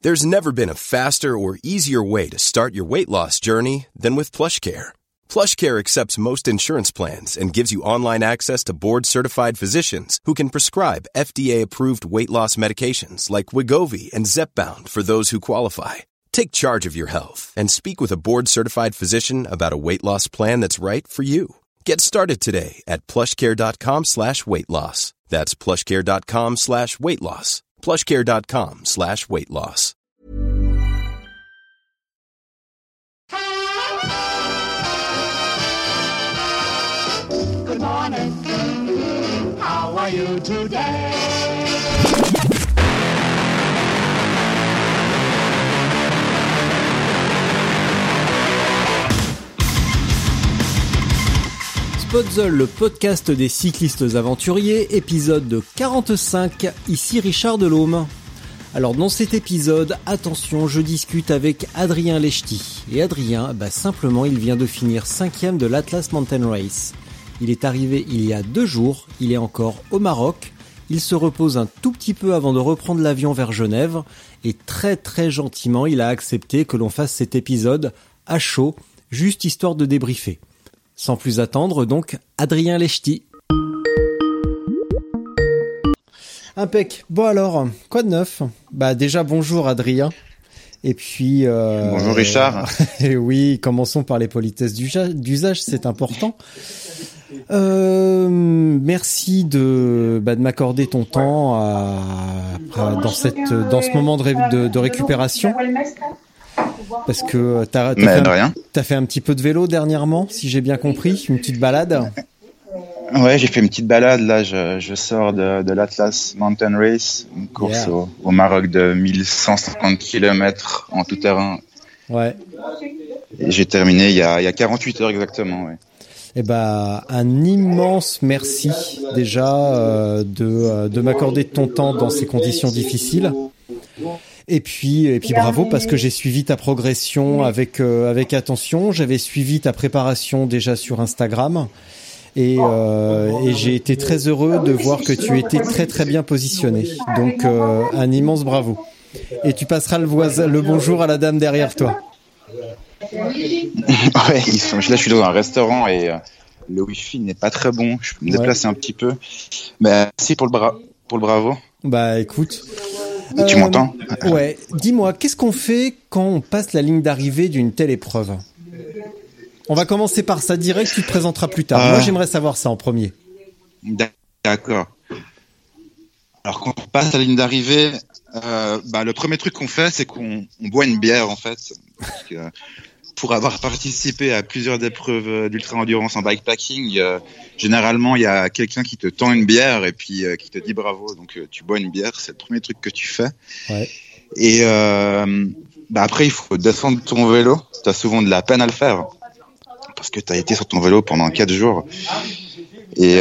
There's never been a faster or easier way to start your weight loss journey than with PlushCare. PlushCare accepts most insurance plans and gives you online access to board-certified physicians who can prescribe FDA-approved weight loss medications like Wegovy and Zepbound for those who qualify. Take charge of your health and speak with a board-certified physician about a weight loss plan that's right for you. Get started today at plushcare.com/weight-loss. That's plushcare.com/weight-loss. plushcare.com/weight-loss. Good morning. How are you today? Podzol, le podcast des cyclistes aventuriers, épisode 45, ici Richard Delhomme. Alors dans cet épisode, attention, je discute avec Adrien Lechty. Et Adrien, simplement, il vient de finir 5e de l'Atlas Mountain Race. Il est arrivé il y a 2 jours, il est encore au Maroc. Il se repose un tout petit peu avant de reprendre l'avion vers Genève. Et très très gentiment, il a accepté que l'on fasse cet épisode à chaud, juste histoire de débriefer. Sans plus attendre, donc, Adrien Lechty. Impec. Bon alors, quoi de neuf ? Déjà, bonjour Adrien. Et puis... Bonjour Richard. Et oui, commençons par les politesses d'usage, c'est important. Merci de m'accorder ton temps dans ce moment de récupération. Parce que t'as fait un petit peu de vélo dernièrement, si j'ai bien compris, une petite balade. Ouais, j'ai fait une petite balade. Là, je sors de l'Atlas Mountain Race, une course au Maroc de 1150 km en tout terrain. Ouais. Et j'ai terminé il y a 48 heures exactement. Ouais. Un immense merci déjà de m'accorder de ton temps dans ces conditions difficiles. Et puis bravo parce que j'ai suivi ta progression avec attention. J'avais suivi ta préparation déjà sur Instagram et j'ai été très heureux de voir que tu étais très très bien positionné. Donc un immense bravo. Et tu passeras le bonjour à la dame derrière toi. Ouais, là je suis dans un restaurant et le wifi n'est pas très bon. Je peux me déplacer un petit peu. Mais merci pour le bravo. Écoute. Tu m'entends ? Ouais. Dis-moi, qu'est-ce qu'on fait quand on passe la ligne d'arrivée d'une telle épreuve ? On va commencer par ça direct, tu te présenteras plus tard. Moi, j'aimerais savoir ça en premier. D'accord. Alors, quand on passe la ligne d'arrivée, le premier truc qu'on fait, c'est qu'on boit une bière, en fait. Parce que, pour avoir participé à plusieurs épreuves d'ultra-endurance en bikepacking, généralement, il y a quelqu'un qui te tend une bière et puis qui te dit bravo. Donc, tu bois une bière, c'est le premier truc que tu fais. Ouais. Et après, il faut descendre ton vélo. Tu as souvent de la peine à le faire parce que tu as été sur ton vélo pendant 4 jours. Et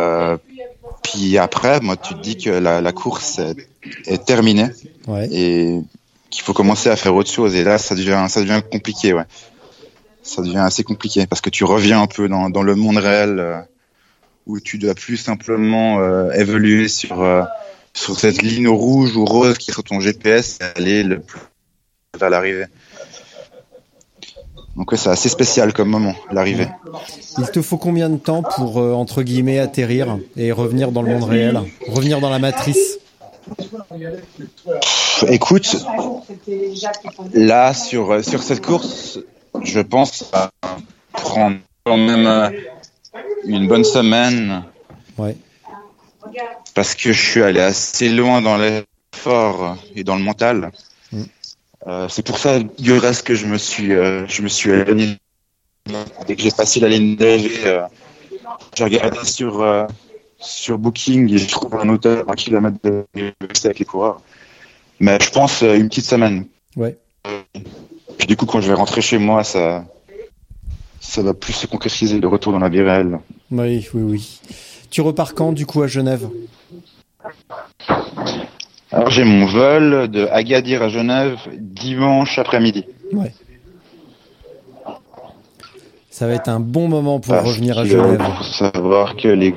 puis après, moi, tu te dis que la course est terminée. Ouais. Et qu'il faut commencer à faire autre chose. Et là, ça devient compliqué, ouais. Ça devient assez compliqué parce que tu reviens un peu dans le monde réel où tu dois plus simplement évoluer sur cette ligne rouge ou rose qui est sur ton GPS et aller le plus vers l'arrivée. Donc ouais, c'est assez spécial comme moment, l'arrivée. Il te faut combien de temps pour, entre guillemets, atterrir et revenir dans le monde réel, revenir dans la matrice ? Écoute, là, sur cette course, je pense à prendre quand même une bonne semaine. Ouais. Parce que je suis allé assez loin dans l'effort et dans le mental. C'est pour ça, du reste, que je me suis éloigné. Dès que j'ai passé la ligne d'arrivée, j'ai regardé sur Booking et je trouve un hôtel à 1 kilomètre de l'université avec les coureurs. Mais je pense une petite semaine. Ouais. Puis du coup, quand je vais rentrer chez moi, ça va plus se concrétiser, le retour dans la vie réelle. Oui. Tu repars quand, du coup, à Genève ? Alors, j'ai mon vol de Agadir à Genève dimanche après-midi. Ouais. Ça va être un bon moment pour revenir à Genève. Pour savoir que les...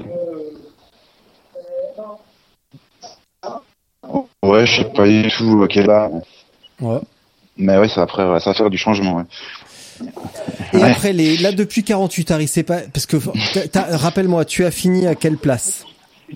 Ouais, je sais pas du tout quelle heure. Ouais. Mais oui, ça va faire du changement. Ouais. Et après, là, depuis 48 Harry, c'est pas, parce que, rappelle-moi, tu as fini à quelle place?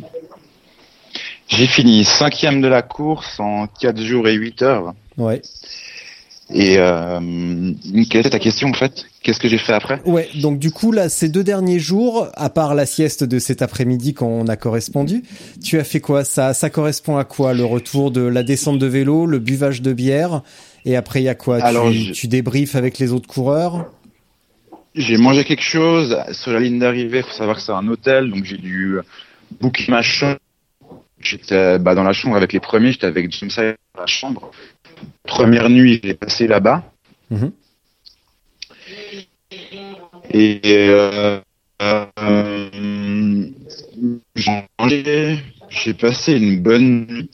J'ai fini 5e de la course en 4 jours et 8 heures. Ouais. Et quelle est ta question en fait? Qu'est-ce que j'ai fait après? Ouais, donc du coup là, ces 2 derniers jours, à part la sieste de cet après-midi quand on a correspondu, tu as fait quoi? Ça correspond à quoi? Le retour de la descente de vélo, le buvage de bière, et après il y a quoi? Alors, tu débriefes avec les autres coureurs? J'ai mangé quelque chose sur la ligne d'arrivée. Faut savoir que c'est un hôtel, donc j'ai dû booker ma chambre. J'étais dans la chambre avec les premiers. J'étais avec James Hyde dans la chambre. Première nuit, j'ai passé là-bas. Mm-hmm. Et j'ai passé une bonne nuit.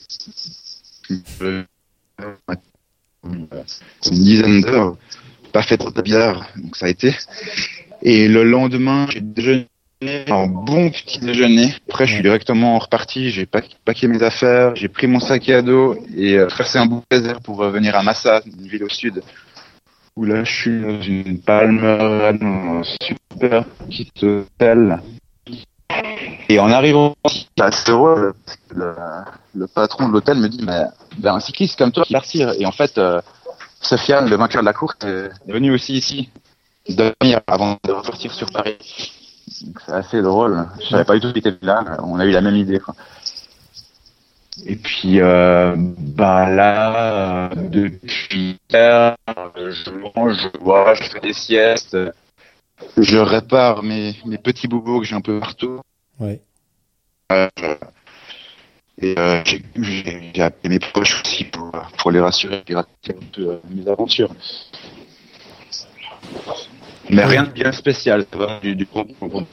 Une dizaine d'heures. Pas fait trop de bière, donc ça a été. Et le lendemain, j'ai déjeuné, un bon petit déjeuner. Après, je suis directement reparti. J'ai packé mes affaires, j'ai pris mon sac à dos et traversé un bout de désert pour revenir à Massa, une ville au sud. Où là, je suis dans une palmeraie, dans un super petit hôtel. Et en arrivant, c'est assez drôle, parce que le patron de l'hôtel me dit, mais un cycliste comme toi qui partir. Et en fait, Sofiane, le vainqueur de la course, est venu aussi ici, dormir avant de repartir sur Paris. Donc, c'est assez drôle. Je savais pas du tout qu'il était là. On a eu la même idée, quoi. Et puis, là, depuis hier, je mange, je bois, je fais des siestes. Je répare mes petits bobos que j'ai un peu partout. Ouais. Et j'ai appelé mes proches aussi pour les rassurer et raconter un peu mes aventures. Mais rien de bien spécial, c'est vraiment du gros.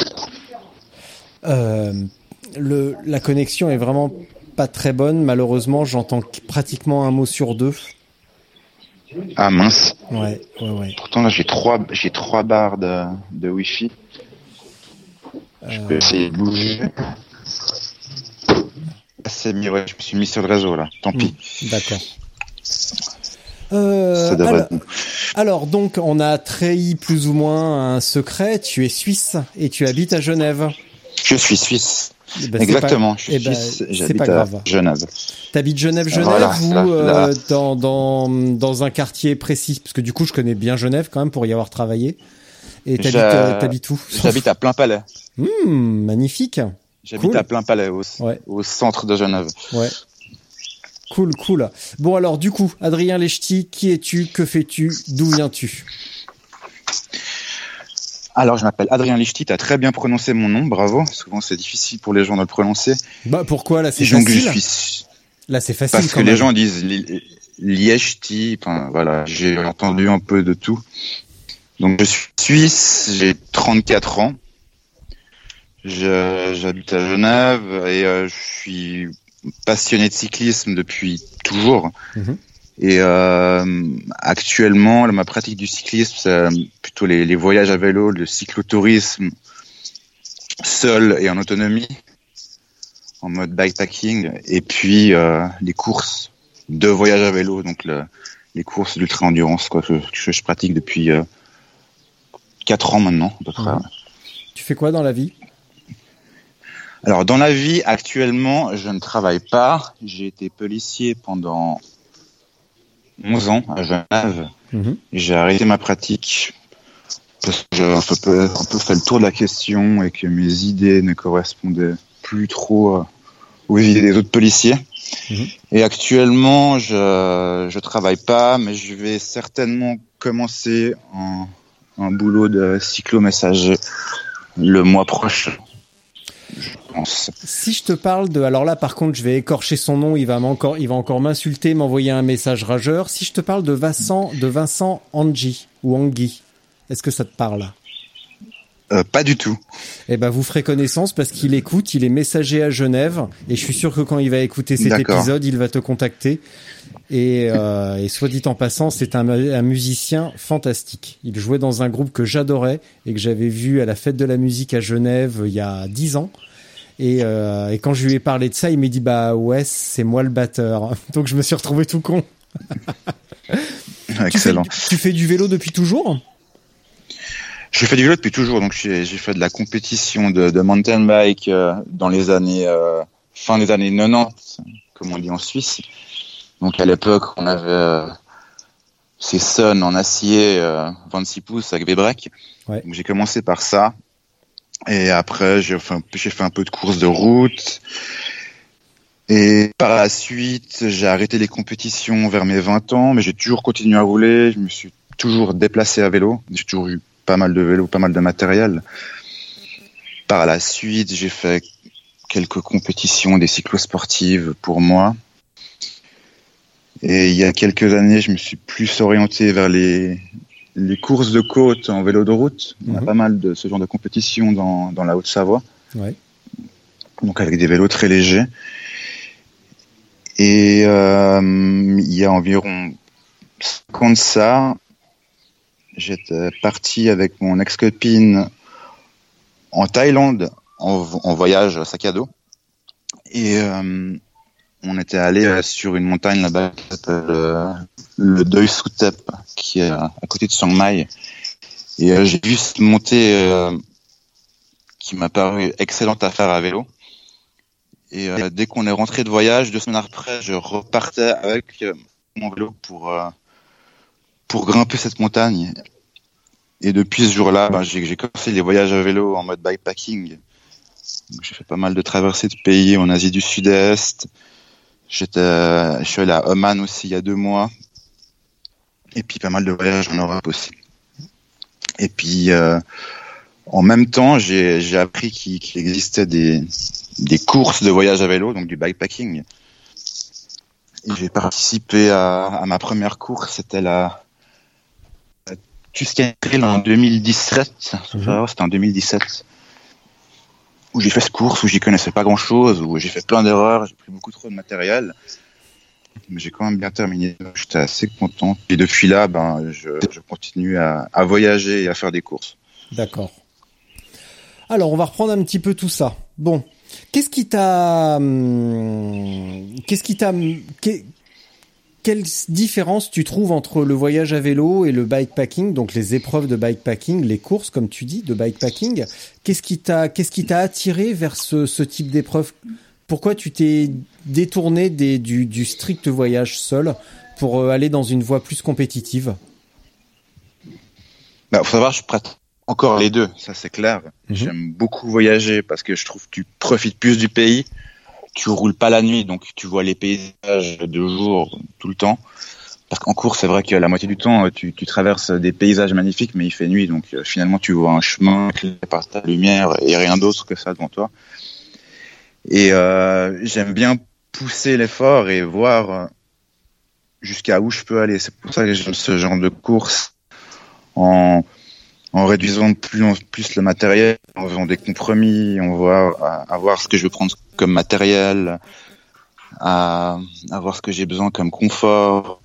La connexion est vraiment pas très bonne, malheureusement, j'entends pratiquement un mot sur 2. Ah mince. Ouais. Pourtant là j'ai trois barres de Wi-Fi. Je peux essayer de bouger. C'est mieux, ouais, je me suis mis sur le réseau là, tant pis. D'accord. Ça devrait être bon. Alors donc on a trahi plus ou moins un secret, tu es suisse et tu habites à Genève. Je suis suisse. Exactement, je suis suisse, j'habite à Genève. T'habites Genève voilà, ou dans un quartier précis? Parce que du coup je connais bien Genève quand même pour y avoir travaillé. Et t'habites où? J'habite à Plainpalais. Magnifique. J'habite à Plainpalais, au centre de Genève. Ouais. Cool. Bon alors du coup, Adrien Lechty, qui es-tu? Que fais-tu? D'où viens-tu? Alors, je m'appelle Adrien Lechty, t'as très bien prononcé mon nom, bravo. Souvent, c'est difficile pour les gens de le prononcer. Bah, pourquoi? Là, c'est donc, facile. Là, c'est facile. Parce que les gens disent Lechty, enfin, voilà, j'ai entendu un peu de tout. Donc, je suis suisse, j'ai 34 ans. J'habite à Genève et je suis passionné de cyclisme depuis toujours. Mm-hmm. Et actuellement, ma pratique du cyclisme, c'est plutôt les voyages à vélo, le cyclotourisme, seul et en autonomie, en mode bikepacking, et puis les courses de voyage à vélo, donc les courses d'ultra-endurance, quoi, que je pratique depuis 4 ans maintenant, à peu près. Tu fais quoi dans la vie? Alors, dans la vie, actuellement, je ne travaille pas. J'ai été policier pendant 11 ans à Genève. Mm-hmm. J'ai arrêté ma pratique parce que j'avais un peu fait le tour de la question et que mes idées ne correspondaient plus trop aux idées des autres policiers. Mm-hmm. Et actuellement, je travaille pas, mais je vais certainement commencer un boulot de cyclo-messager le mois prochain. Si je te parle de, alors là par contre je vais écorcher son nom, il va encore m'insulter, m'envoyer un message rageur. Si je te parle de Vincent Angi ou Angui, est-ce que ça te parle? Pas du tout. Eh ben vous ferez connaissance parce qu'il écoute, il est messager à Genève et je suis sûr que quand il va écouter cet épisode, il va te contacter. Et soit dit en passant, c'est un musicien fantastique. Il jouait dans un groupe que j'adorais et que j'avais vu à la fête de la musique à Genève il y a 10 ans. Et quand je lui ai parlé de ça, il m'a dit bah ouais, c'est moi le batteur. Donc je me suis retrouvé tout con. excellent. Tu fais du vélo depuis toujours ? Je fais du vélo depuis toujours, donc j'ai fait de la compétition de mountain bike dans les années fin des années 90, comme on dit en Suisse. Donc à l'époque, on avait ces Sun en acier 26 pouces avec V-brake. Ouais. Donc j'ai commencé par ça, et après j'ai fait un peu de course de route. Et par la suite, j'ai arrêté les compétitions vers mes 20 ans, mais j'ai toujours continué à rouler. Je me suis toujours déplacé à vélo. J'ai toujours eu pas mal de vélos, pas mal de matériel. Par la suite, j'ai fait quelques compétitions, des cyclosportives pour moi. Et il y a quelques années, je me suis plus orienté vers les courses de côte en vélo de route. On a pas mal de ce genre de compétitions dans la Haute-Savoie. Ouais. Donc avec des vélos très légers. Et il y a environ 5 ans de ça, j'étais parti avec mon ex-copine en Thaïlande en voyage sac à dos. Et on était allé sur une montagne là-bas qui s'appelle le Doi Suthep, qui est à côté de Chiang Mai. Et j'ai vu cette montée qui m'a paru excellente à faire à vélo. Et dès qu'on est rentré de voyage, 2 semaines après, je repartais avec mon vélo pour grimper cette montagne. Et depuis ce jour-là, j'ai commencé les voyages à vélo en mode bikepacking. Donc, j'ai fait pas mal de traversées de pays en Asie du Sud-Est. Je suis allé à Oman aussi il y a 2 mois. Et puis pas mal de voyages en Europe aussi. Et puis en même temps, j'ai appris qu'il existait des courses de voyage à vélo, donc du bikepacking. Et j'ai participé à ma première course, c'était la Tuscan Trail en 2017. C'était en 2017. Où j'ai fait cette course, où j'y connaissais pas grand chose, où j'ai fait plein d'erreurs, j'ai pris beaucoup trop de matériel. Mais j'ai quand même bien terminé. J'étais assez content. Et depuis là, je continue à voyager et à faire des courses. D'accord. Alors, on va reprendre un petit peu tout ça. Bon, quelle différence tu trouves entre le voyage à vélo et le bikepacking, donc les épreuves de bikepacking, les courses, comme tu dis, de bikepacking? Qu'est-ce qui t'a attiré vers ce type d'épreuve? Pourquoi tu t'es détourné du strict voyage seul pour aller dans une voie plus compétitive? Faut savoir, je pratique encore les deux, ça c'est clair. J'aime beaucoup voyager parce que je trouve que tu profites plus du pays. Tu roules pas la nuit, donc tu vois les paysages de jour tout le temps. Parce qu'en course, c'est vrai que la moitié du temps, tu traverses des paysages magnifiques, mais il fait nuit, donc finalement tu vois un chemin éclairé par ta lumière et rien d'autre que ça devant toi. Et j'aime bien pousser l'effort et voir jusqu'à où je peux aller. C'est pour ça que j'aime ce genre de course en réduisant de plus en plus le matériel, en faisant des compromis, on va voir ce que je veux prendre comme matériel, à voir ce que j'ai besoin comme confort,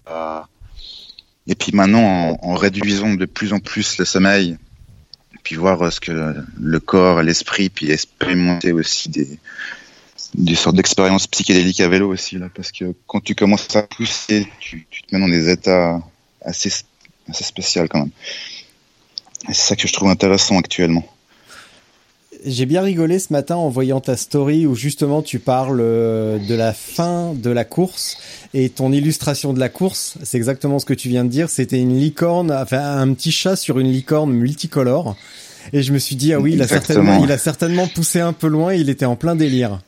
et puis maintenant en réduisant de plus en plus le sommeil, puis voir ce que le corps, l'esprit, puis expérimenter aussi des sortes d'expériences psychédéliques à vélo aussi là, parce que quand tu commences à pousser, tu te mets dans des états assez spéciaux quand même. Et c'est ça que je trouve intéressant actuellement. J'ai bien rigolé ce matin en voyant ta story où justement tu parles de la fin de la course et ton illustration de la course, c'est exactement ce que tu viens de dire. C'était une licorne, enfin un petit chat sur une licorne multicolore. Et je me suis dit, ah oui, il a certainement poussé un peu loin et il était en plein délire.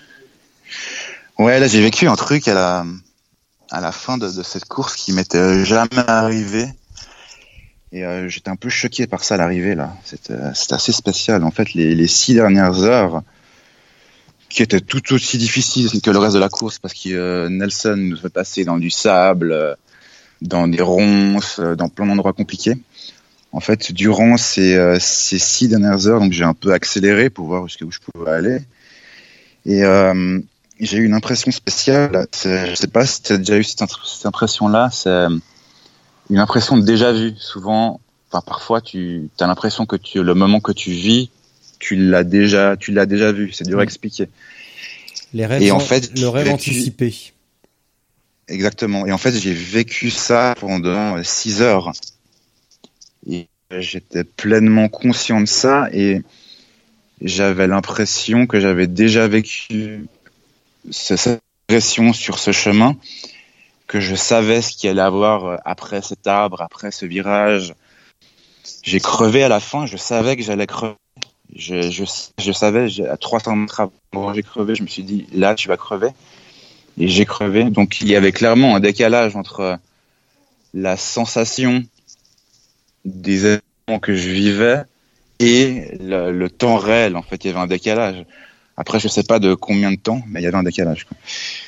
Ouais, là j'ai vécu un truc à la fin de cette course qui m'était jamais arrivé. Et j'étais un peu choqué par ça à l'arrivée là. C'était assez spécial. En fait, les 6 dernières heures, qui étaient tout aussi difficiles que le reste de la course, parce que Nelson nous fait passer dans du sable, dans des ronces, dans plein d'endroits compliqués. En fait, durant ces 6 dernières heures, donc j'ai un peu accéléré pour voir jusqu'où je pouvais aller. Et j'ai eu une impression spéciale. Je sais pas si tu as déjà eu cette impression-là. C'est une impression de déjà vu. Souvent, parfois, tu as l'impression que le moment que tu vis, tu l'as déjà vu. C'est dur à expliquer. Les rêves, et en fait, le rêve anticipé. exactement. Et en fait, j'ai vécu ça pendant 6 heures. Et j'étais pleinement conscient de ça et j'avais l'impression que j'avais déjà vécu cette pression sur ce chemin, que je savais ce qu'il allait avoir après cet arbre, après ce virage. J'ai crevé à la fin, je savais que j'allais crever. Je savais, à 300 mètres avant j'ai crevé, je me suis dit, là, tu vas crever. Et j'ai crevé. Donc, il y avait clairement un décalage entre la sensation des événements que je vivais et le temps réel. En fait, il y avait un décalage. Après, je sais pas de combien de temps, mais il y avait un décalage, quoi.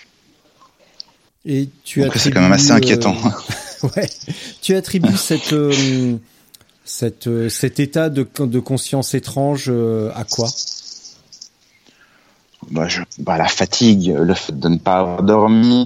Et donc, c'est quand même assez inquiétant. Ouais. Tu attribues cet état de conscience étrange à quoi? La fatigue, le fait de ne pas avoir dormi.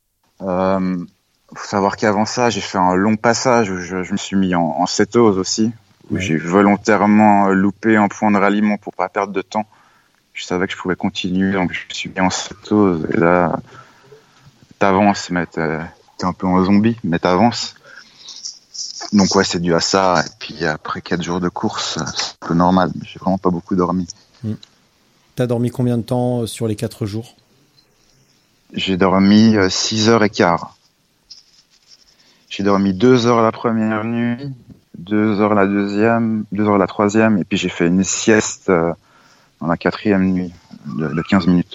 Faut savoir qu'avant ça, j'ai fait un long passage où je me suis mis en cétose aussi, où j'ai volontairement loupé un point de ralliement pour pas perdre de temps. Je savais que je pouvais continuer, donc je me suis mis en cétose. Et là, t'avances, mais t'es un peu un zombie, mais t'avances. Donc ouais, c'est dû à ça. Et puis après 4 jours de course, c'est un peu normal. J'ai vraiment pas beaucoup dormi. T'as dormi combien de temps sur les 4 jours? J'ai dormi 6h15. J'ai dormi 2 heures la première nuit, 2 heures la deuxième, 2 heures la troisième, et puis j'ai fait une sieste dans la 4e nuit de 15 minutes.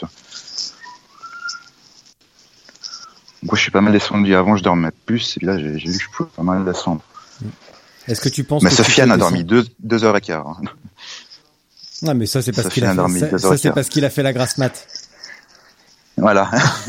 Donc je suis pas mal descendu. Avant, je dormais plus, et puis là, j'ai vu que je pouvais pas mal descendre. Est-ce que tu penses mais que Sofiane a dormi 2 heures et quart. Non, mais ça, c'est parce qu'il a fait, ça, c'est parce qu'il a fait la grasse mat. Voilà.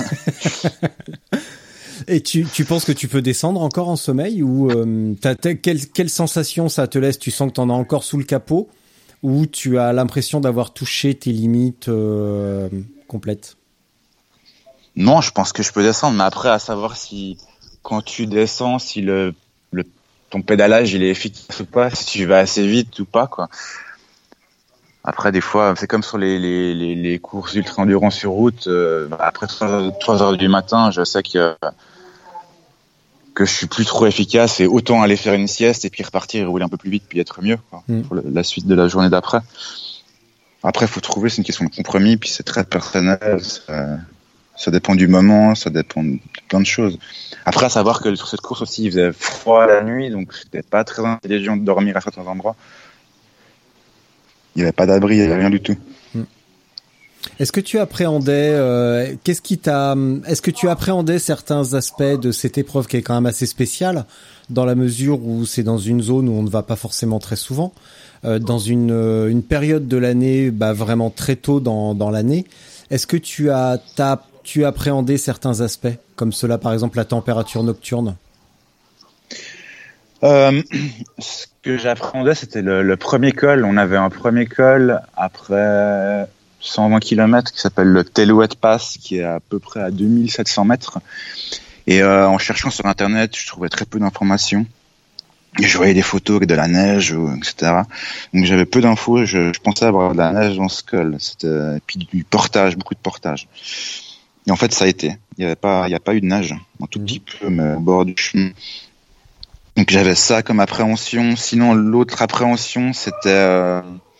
Et tu penses que tu peux descendre encore en sommeil ou quelle sensation ça te laisse? Tu sens que t'en as encore sous le capot ou tu as l'impression d'avoir touché tes limites complètes? Non, je pense que je peux descendre, mais après, à savoir si quand tu descends, si ton pédalage il est efficace ou pas, si tu vas assez vite ou pas, quoi. Après, des fois, c'est comme sur les courses ultra-endurance sur route. Après 3 heures du matin, je sais que je suis plus trop efficace et autant aller faire une sieste et puis repartir et rouler un peu plus vite puis être mieux, quoi, pour la suite de la journée d'après. Après, faut trouver, c'est une question de compromis, puis c'est très personnel. Ça dépend du moment, ça dépend de plein de choses. Après, à savoir que sur cette course aussi, il faisait froid la nuit, donc c'était pas très intelligent de dormir à certains endroits. Il n'y avait pas d'abri, il n'y avait rien du tout. Est-ce que tu appréhendais, est-ce que tu appréhendais certains aspects de cette épreuve qui est quand même assez spéciale, dans la mesure où c'est dans une zone où on ne va pas forcément très souvent, dans une période de l'année, vraiment très tôt dans l'année. Est-ce que tu appréhendais certains aspects, comme cela, par exemple, la température nocturne? Ce que j'appréhendais, c'était le premier col. On avait un premier col après 120 km qui s'appelle le Telluride Pass, qui est à peu près à 2700 mètres. Et en cherchant sur Internet, je trouvais très peu d'informations. Et je voyais des photos avec de la neige, etc. Donc j'avais peu d'infos. Je pensais avoir de la neige dans ce col. Et puis du portage, beaucoup de portage. Et en fait, ça a été. Il n'y a pas eu de neige, un tout petit peu, mais au bord du chemin. Donc j'avais ça comme appréhension. Sinon, l'autre appréhension, c'était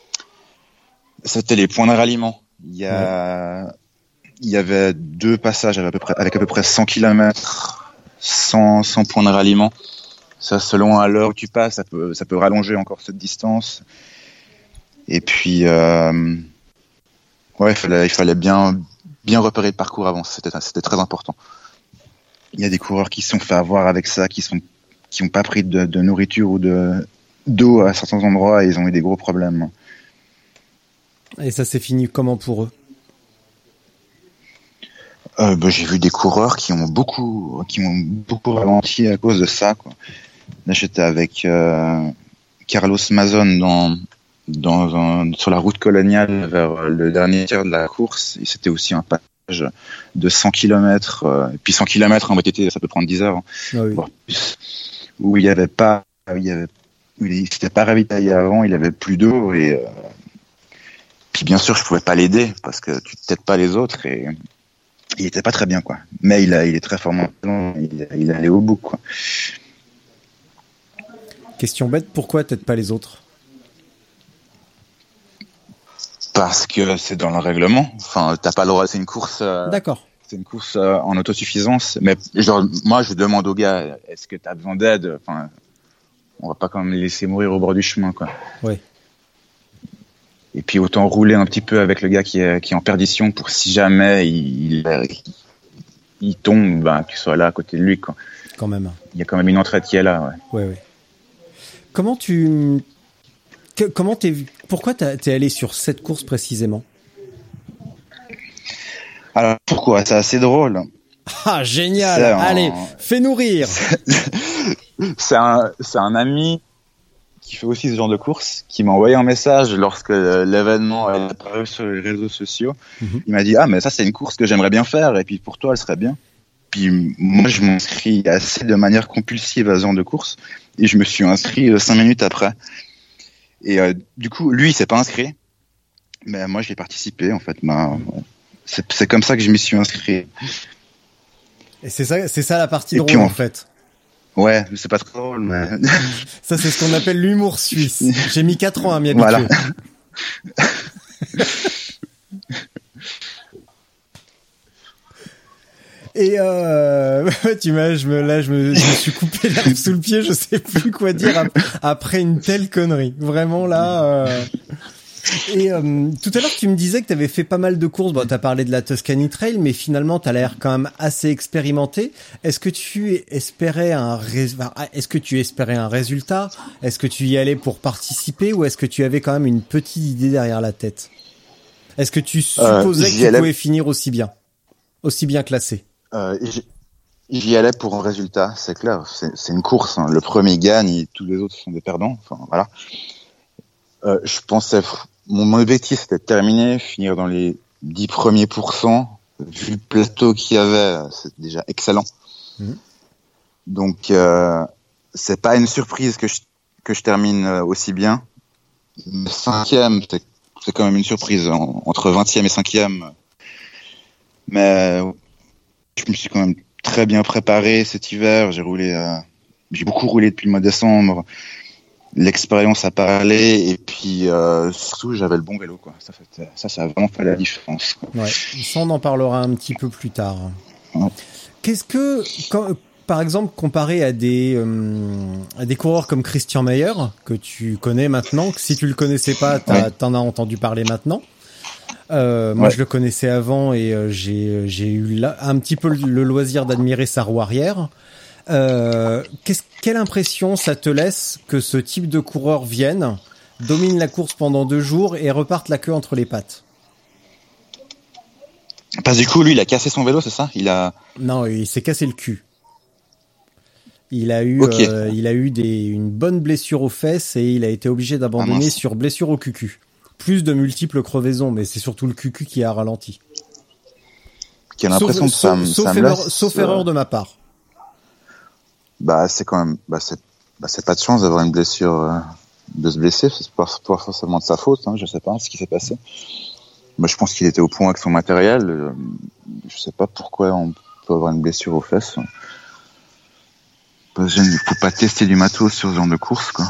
les points de ralliement. Il y avait 2 passages avec à peu près 100 km, 100 points de ralliement. Ça, selon à l'heure où tu passes, ça peut rallonger encore cette distance. Et puis, il fallait bien repérer le parcours avant. C'était très important. Il y a des coureurs qui se sont fait avoir avec ça, qui n'ont pas pris de nourriture ou d'eau à certains endroits et ils ont eu des gros problèmes. Et ça s'est fini comment pour eux? J'ai vu des coureurs qui ont beaucoup ralenti à cause de ça, quoi. Là, j'étais avec Carlos Mazon sur la route coloniale vers le dernier tiers de la course. Et c'était aussi un passage de 100 km. Et puis 100 km en VTT, ça peut prendre 10 heures. Ah oui. Où il s'était pas ravitaillé avant, il avait plus d'eau et puis bien sûr je pouvais pas l'aider parce que tu t'aides pas les autres et il était pas très bien, quoi. Mais il est très fort maintenant, il allait au bout, quoi. Question bête, pourquoi t'aides pas les autres? Parce que c'est dans le règlement. Enfin, t'as pas le droit, c'est une course. D'accord. C'est une course en autosuffisance. Mais genre, moi, je demande aux gars, est-ce que t'as besoin d'aide? Enfin, on va pas quand même les laisser mourir au bord du chemin, quoi. Oui. Et puis autant rouler un petit peu avec le gars qui est en perdition pour si jamais il tombe, ben, qu'il soit là à côté de lui, quoi. Quand même. Il y a quand même une entraide qui est là, ouais. Ouais. Pourquoi t'es allé sur cette course précisément? Alors pourquoi? C'est assez drôle. Ah, génial! Allez, fais-nous rire! C'est un ami qui fait aussi ce genre de course, qui m'a envoyé un message lorsque l'événement est apparu sur les réseaux sociaux. Mm-hmm. Il m'a dit, mais ça c'est une course que j'aimerais bien faire, et puis pour toi elle serait bien. Puis moi je m'inscris assez de manière compulsive à ce genre de course, et je me suis inscrit 5 minutes après. Et du coup, lui il s'est pas inscrit, mais moi j'ai participé en fait. C'est comme ça que je m'y suis inscrit. Et c'est ça la partie drôle en fait. Ouais, c'est pas trop drôle, mais... Ça, c'est ce qu'on appelle l'humour suisse. J'ai mis 4 ans à m'y habituer. Voilà. Et je me suis coupé l'herbe sous le pied, je sais plus quoi dire après une telle connerie. Vraiment là. Et tout à l'heure, tu me disais que tu avais fait pas mal de courses. Bon, tu as parlé de la Tuscany Trail, mais finalement, tu as l'air quand même assez expérimenté. Est-ce que tu espérais un résultat? Est-ce que tu y allais pour participer, ou est-ce que tu avais quand même une petite idée derrière la tête? Est-ce que tu supposais que tu pouvais finir aussi bien classé? J'y allais pour un résultat, c'est clair. C'est une course, hein. Le premier gagne et tous les autres sont des perdants. Enfin, voilà. Je pensais... Mon objectif, c'était de terminer, finir dans les 10 premiers pourcents. Vu le plateau qu'il y avait, c'est déjà excellent. Mmh. Donc, c'est pas une surprise que je termine aussi bien. Le 5e, c'est quand même une surprise, entre 20e et 5e. Mais je me suis quand même très bien préparé cet hiver. J'ai beaucoup roulé depuis le mois de décembre. L'expérience a parlé, et puis surtout j'avais le bon vélo, quoi. Ça a vraiment fait la différence, quoi. Ouais, ça on en parlera un petit peu plus tard. Ouais. Par exemple, comparé à des coureurs comme Christian Mayer, que tu connais maintenant, que si tu le connaissais pas, t'en as entendu parler maintenant. Moi je le connaissais avant, et j'ai eu là un petit peu le loisir d'admirer sa roue arrière. Quelle impression ça te laisse que ce type de coureur vienne, domine la course pendant 2 jours et reparte la queue entre les pattes? Parce que du coup, lui, il a cassé son vélo, c'est ça? Non, il s'est cassé le cul. Il a eu une bonne blessure aux fesses, et il a été obligé d'abandonner sur blessure au cucu. Plus de multiples crevaisons, mais c'est surtout le cucu qui a ralenti. Qui a l'impression sauf erreur de ma part. C'est quand même, c'est pas de chance d'avoir une blessure, de se blesser. C'est pas forcément de sa faute, hein. Je sais pas ce qui s'est passé. Moi, je pense qu'il était au point avec son matériel. Je sais pas pourquoi on peut avoir une blessure aux fesses. Il faut pas tester du matos sur ce genre de course, quoi.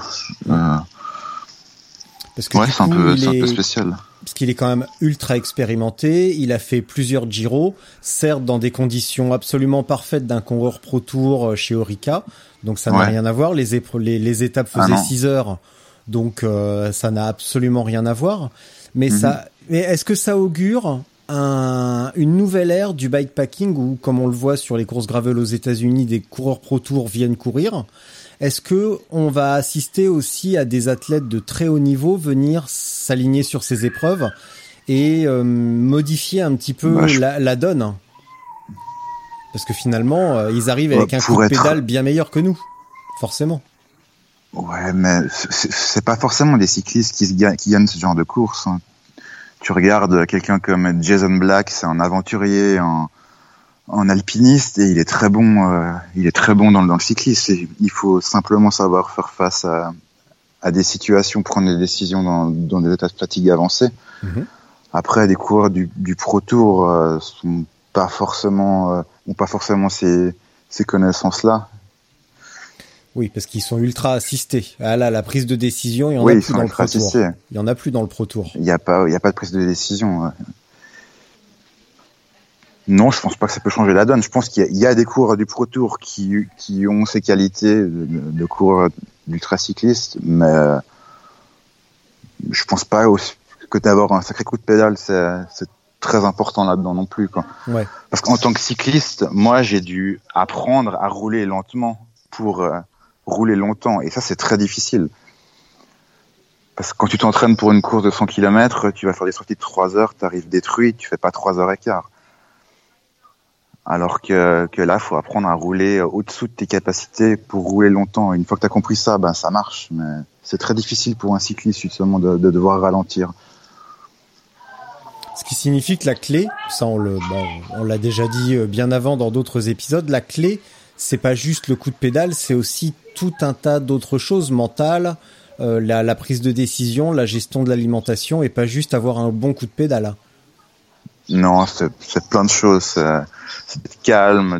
Parce que c'est un peu spécial. Parce qu'il est quand même ultra expérimenté, il a fait plusieurs Giro, certes dans des conditions absolument parfaites d'un coureur Pro Tour chez Orica, donc ça n'a rien à voir, les étapes faisaient 6 heures, donc ça n'a absolument rien à voir, mais mais est-ce que ça augure une nouvelle ère du bikepacking, où, comme on le voit sur les courses gravel aux États-Unis, des coureurs Pro Tour viennent courir? Est-ce que on va assister aussi à des athlètes de très haut niveau venir s'aligner sur ces épreuves et modifier un petit peu la donne? Parce que finalement, ils arrivent avec un coup de pédale bien meilleur que nous, forcément. Ouais, mais c'est pas forcément des cyclistes qui gagnent ce genre de course, hein. Tu regardes quelqu'un comme Jason Black, c'est un aventurier en alpiniste, et il est très bon dans le cyclisme. Il faut simplement savoir faire face à des situations, prendre des décisions dans des états de fatigue avancés. Après, des coureurs du Pro Tour sont pas forcément ces connaissances-là. Oui, parce qu'ils sont ultra assistés. Ah là, la prise de décision, il y en Oui, a ils plus sont dans le ultra Pro Tour. assistés. Il y en a plus dans le Pro Tour. Il y a pas de prise de décision. Non, je pense pas que ça peut changer la donne. Je pense qu'il y a des coureurs du Pro Tour qui ont ces qualités de coureurs d'ultracyclistes, mais je pense pas que d'avoir un sacré coup de pédale, c'est très important là-dedans non plus, quoi. Ouais. Parce qu'en tant que cycliste, moi, j'ai dû apprendre à rouler lentement pour rouler longtemps, et ça, c'est très difficile. Parce que quand tu t'entraînes pour une course de 100 km, tu vas faire des sorties de 3 heures, tu arrives détruit, tu fais pas 3 heures et quart. Alors que là, faut apprendre à rouler au-dessous de tes capacités pour rouler longtemps. Et une fois que tu as compris ça, ben ça marche. Mais c'est très difficile pour un cycliste justement de devoir ralentir. Ce qui signifie que la clé, ça on l'a déjà dit bien avant dans d'autres épisodes, la clé, c'est pas juste le coup de pédale, c'est aussi tout un tas d'autres choses mentales, la prise de décision, la gestion de l'alimentation, et pas juste avoir un bon coup de pédale. Non, c'est plein de choses. C'est d'être calme,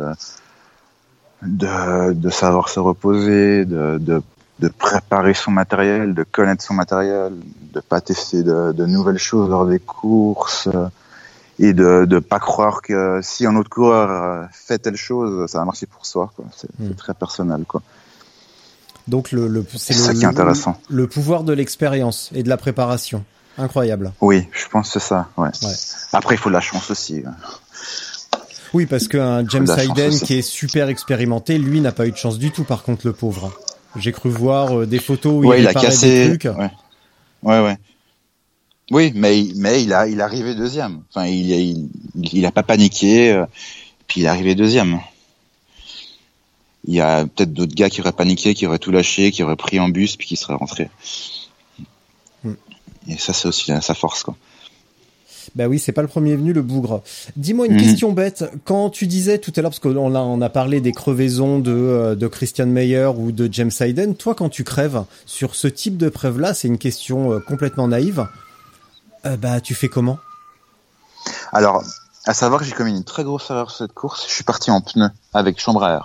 de savoir se reposer, de préparer son matériel, de connaître son matériel, de pas tester de nouvelles choses lors des courses, et de pas croire que si un autre coureur fait telle chose, ça va marcher pour soi, quoi. C'est très personnel, quoi. Donc c'est ça qui est intéressant. Le pouvoir de l'expérience et de la préparation. Incroyable. Oui, je pense que c'est ça, ouais. Après, il faut de la chance aussi. Oui, parce qu'un James Hayden qui est super expérimenté, lui n'a pas eu de chance du tout, par contre, le pauvre. J'ai cru voir des photos où il a cassé des trucs. Ouais. Oui, mais il est arrivé deuxième. Enfin, il a pas paniqué, puis il est arrivé deuxième. Il y a peut-être d'autres gars qui auraient paniqué, qui auraient tout lâché, qui auraient pris un bus, puis qui seraient rentrés. Et ça, c'est aussi sa force, quoi. Bah oui, c'est pas le premier venu, le bougre. Dis-moi une question bête. Quand tu disais tout à l'heure, parce qu'on a parlé des crevaisons de Christian Meyer ou de James Hayden, toi, quand tu crèves sur ce type de preuve-là, c'est une question complètement naïve. Tu fais comment? Alors, à savoir que j'ai commis une très grosse erreur sur cette course. Je suis parti en pneu avec chambre à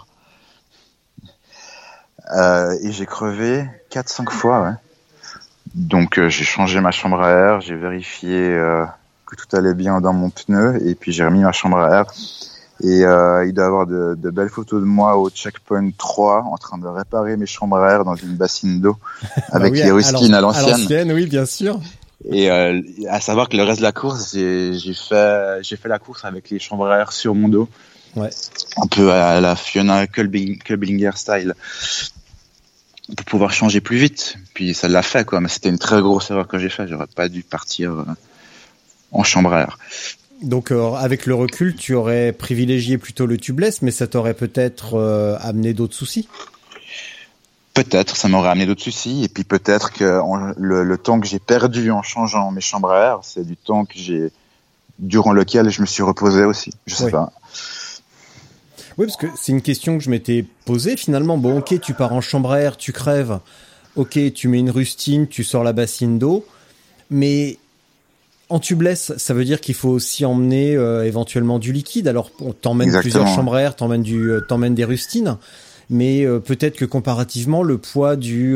air. Et j'ai crevé 4-5 fois, ouais. Donc j'ai changé ma chambre à air, j'ai vérifié que tout allait bien dans mon pneu, et puis j'ai remis ma chambre à air. Et il doit y avoir de belles photos de moi au checkpoint 3 en train de réparer mes chambres à air dans une bassine d'eau avec les rustines à l'ancienne. Oui, bien sûr. Et à savoir que le reste de la course, j'ai fait la course avec les chambres à air sur mon dos. Ouais. Un peu à la Fiona Kolbinger style. Pour pouvoir changer plus vite. Puis ça l'a fait, quoi. Mais c'était une très grosse erreur que j'ai faite. J'aurais pas dû partir en chambre à air. Donc avec le recul, tu aurais privilégié plutôt le tubeless, mais ça t'aurait peut-être amené d'autres soucis. Peut-être, ça m'aurait amené d'autres soucis. Et puis peut-être que le temps que j'ai perdu en changeant mes chambres à air, c'est du temps que durant lequel je me suis reposé aussi. Je sais pas. Oui, parce que c'est une question que je m'étais posée finalement. Bon, ok, tu pars en chambre à air, tu crèves. Ok, tu mets une rustine, tu sors la bassine d'eau. Mais en tubeless, ça veut dire qu'il faut aussi emmener éventuellement du liquide. Alors, t'emmènes plusieurs chambres à air, t'emmènes des rustines. Mais peut-être que comparativement, le poids du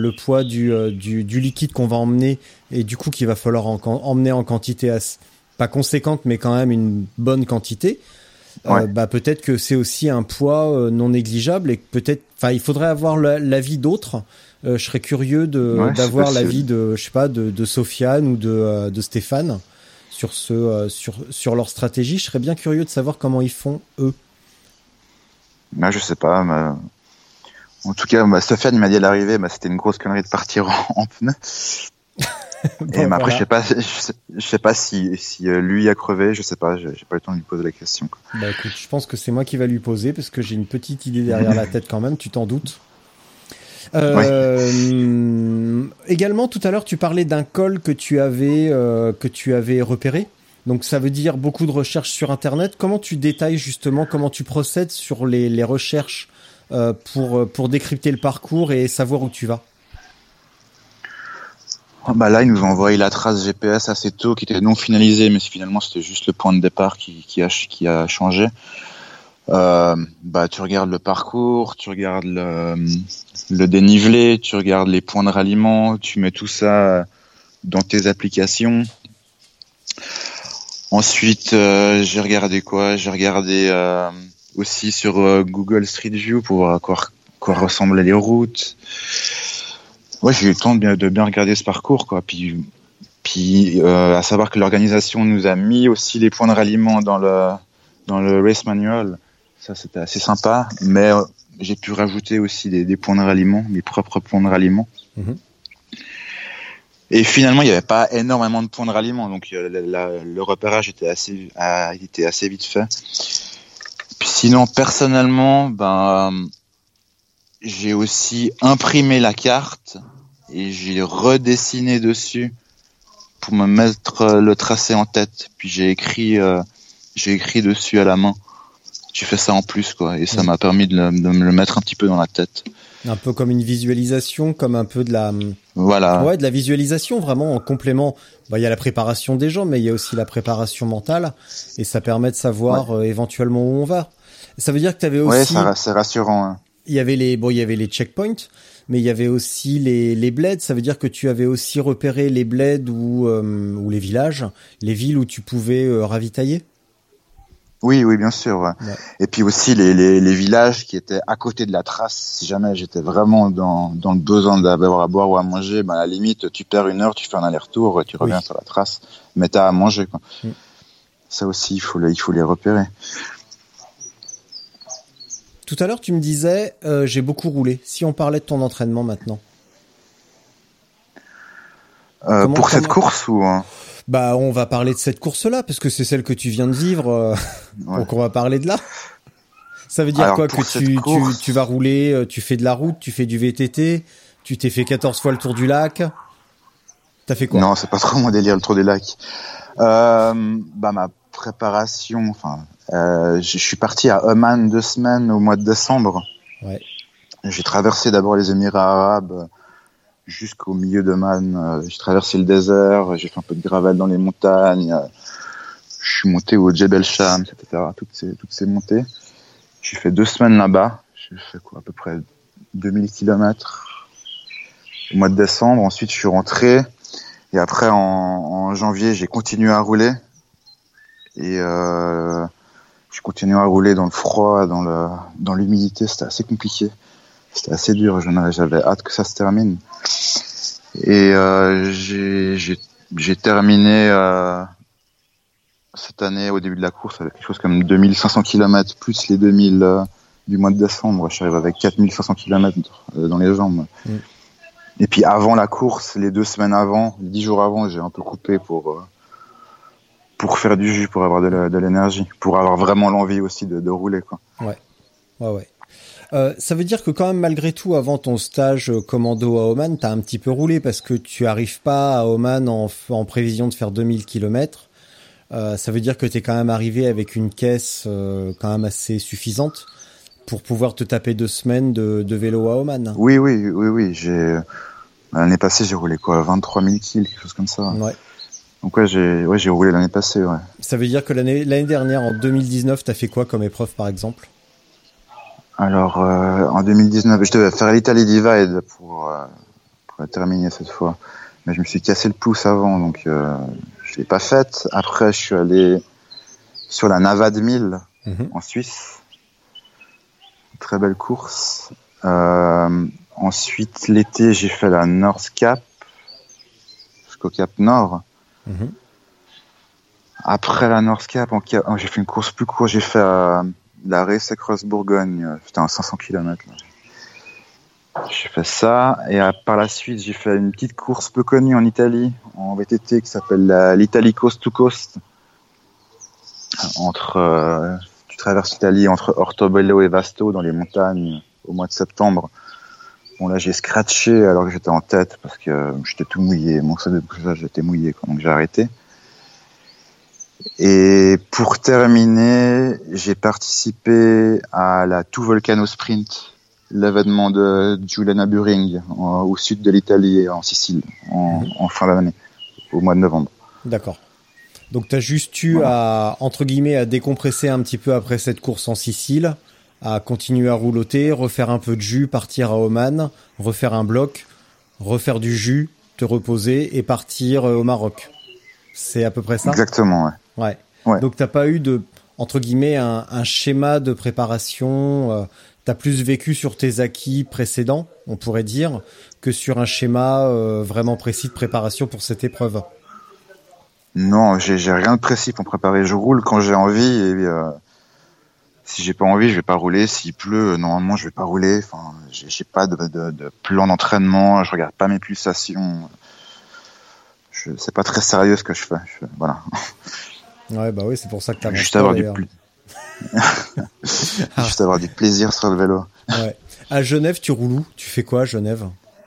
liquide qu'on va emmener, et du coup qu'il va falloir emmener en quantité pas conséquente, mais quand même une bonne quantité. Peut-être que c'est aussi un poids non négligeable, et que peut-être, il faudrait avoir l'avis d'autres. Je serais curieux d'avoir l'avis de, je sais pas, de Sofiane ou de Stéphane sur leur stratégie. Je serais bien curieux de savoir comment ils font eux. Je sais pas. En tout cas, Sofiane m'a dit à l'arrivée, c'était une grosse connerie de partir en pneu. Et après, je sais pas si lui a crevé, je sais pas, j'ai pas eu le temps de lui poser la question, quoi. Écoute, je pense que c'est moi qui va lui poser, parce que j'ai une petite idée derrière la tête quand même, tu t'en doutes. Également, tout à l'heure, tu parlais d'un col que tu avais repéré. Donc ça veut dire beaucoup de recherches sur Internet. Comment tu détailles justement, comment tu procèdes sur les recherches pour décrypter le parcours et savoir où tu vas? Bah là, ils nous ont envoyé la trace GPS assez tôt, qui était non finalisée, mais finalement c'était juste le point de départ qui a changé. Tu regardes le parcours, tu regardes le dénivelé, tu regardes les points de ralliement, tu mets tout ça dans tes applications. Ensuite, j'ai regardé quoi? J'ai regardé aussi sur Google Street View pour voir à quoi ressemblaient les routes. Ouais, j'ai eu le temps de bien regarder ce parcours, quoi. Puis à savoir que l'organisation nous a mis aussi les points de ralliement dans le race manual. Ça, c'était assez sympa. Mais j'ai pu rajouter aussi des points de ralliement, mes propres points de ralliement. Mm-hmm. Et finalement, il n'y avait pas énormément de points de ralliement, donc le repérage était assez vite fait. Puis sinon, personnellement, j'ai aussi imprimé la carte et j'ai redessiné dessus pour me mettre le tracé en tête. Puis j'ai écrit dessus à la main. J'ai fait ça en plus, quoi, et ça m'a permis de me le mettre un petit peu dans la tête. Un peu comme une visualisation, comme un peu de la... Voilà. Ouais, de la visualisation, vraiment en complément. Il y a la préparation des jambes, mais il y a aussi la préparation mentale, et ça permet de savoir éventuellement où on va. Ça veut dire que tu avais aussi... Ouais, c'est rassurant. Hein. Il y avait les checkpoints, mais il y avait aussi les bleds. Ça veut dire que tu avais aussi repéré les bleds ou les villages, les villes où tu pouvais ravitailler. Oui, bien sûr. Ouais. Ouais. Et puis aussi les villages qui étaient à côté de la trace. Si jamais j'étais vraiment dans le besoin d'avoir à boire ou à manger, à la limite, tu perds 1 heure, tu fais un aller-retour, tu reviens sur la trace, mais t'as à manger, quoi. Ça aussi, il faut les repérer. Tout à l'heure, tu me disais, j'ai beaucoup roulé. Si on parlait de ton entraînement maintenant. Pour cette course ou on va parler de cette course-là, parce que c'est celle que tu viens de vivre, donc on va parler de là. Ça veut dire alors, quoi que tu vas rouler, tu fais de la route, tu fais du VTT, tu t'es fait 14 fois le tour du lac. T'as fait quoi? Non, c'est pas trop mon délire, le tour du lac. Ma préparation, je suis parti à Oman 2 semaines au mois de décembre. Ouais. J'ai traversé d'abord les Émirats arabes jusqu'au milieu d'Oman. J'ai traversé le désert, j'ai fait un peu de gravel dans les montagnes. Je suis monté au Djebel Shams, etc. Toutes ces montées. J'ai fait 2 semaines là-bas. J'ai fait à peu près 2000 kilomètres au mois de décembre. Ensuite, je suis rentré. Et après, en janvier, j'ai continué à rouler. Et je continuais à rouler dans le froid, dans l'humidité. C'était assez compliqué. C'était assez dur. J'avais hâte que ça se termine. Et j'ai terminé cette année, au début de la course, avec quelque chose comme 2500 km, plus les 2000 du mois de décembre. Je suis arrivé avec 4500 km dans les jambes. Et puis avant la course, les 2 semaines avant, les 10 jours avant, j'ai un peu coupé pour faire du jus, pour avoir de l'énergie, pour avoir vraiment l'envie aussi de rouler, quoi. Ouais. Ça veut dire que quand même, malgré tout, avant ton stage commando à Oman, t'as un petit peu roulé parce que tu arrives pas à Oman en prévision de faire 2000 km. Ça veut dire que t'es quand même arrivé avec une caisse quand même assez suffisante pour pouvoir te taper 2 semaines de vélo à Oman. Oui. L'année passée, j'ai roulé 23 000 kills, quelque chose comme ça. Ouais. Donc j'ai roulé l'année passée, ouais. Ça veut dire que l'année dernière, en 2019, t'as fait quoi comme épreuve, par exemple? Alors, en 2019, je devais faire l'Italy Divide pour terminer cette fois. Mais je me suis cassé le pouce avant, donc je l'ai pas faite. Après, je suis allé sur la Navad 1000 en Suisse. Très belle course. Ensuite, l'été, j'ai fait la North Cap jusqu'au Cap Nord. Après la North Cap, j'ai fait une course plus courte. J'ai fait la Race Across Bourgogne. C'était un 500 km. J'ai fait ça. Et par la suite, j'ai fait une petite course peu connue en Italie, en VTT, qui s'appelle l'Italy Coast to Coast. Tu traverses l'Italie entre Ortobello et Vasto dans les montagnes au mois de septembre. Bon, là, j'ai scratché alors que j'étais en tête parce que j'étais tout mouillé. Mon sac de couchage était mouillé, quoi, donc j'ai arrêté. Et pour terminer, j'ai participé à la Two Volcano Sprint l'événement de Giulia Nürburgring au sud de l'Italie et en Sicile en fin d'année, au mois de novembre. D'accord. Donc t'as juste eu à, entre guillemets, à décompresser un petit peu après cette course en Sicile, à continuer à rouloter, refaire un peu de jus, partir à Oman, refaire un bloc, refaire du jus, te reposer et partir au Maroc. C'est à peu près ça ? Exactement, ouais. Ouais. Donc t'as pas eu de, entre guillemets, un schéma de préparation, t'as plus vécu sur tes acquis précédents, on pourrait dire, que sur un schéma vraiment précis de préparation pour cette épreuve. Non, j'ai rien de précis pour me préparer. Je roule quand j'ai envie et si j'ai pas envie, je vais pas rouler. S'il pleut, normalement, je vais pas rouler. Enfin, j'ai pas de plan d'entraînement. Je regarde pas mes pulsations. C'est pas très sérieux ce que je fais. Voilà. Ouais, bah oui, c'est pour ça que t'as juste avoir juste avoir du plaisir sur le vélo. Ouais. À Genève, tu roules où ? Tu fais quoi à Genève ?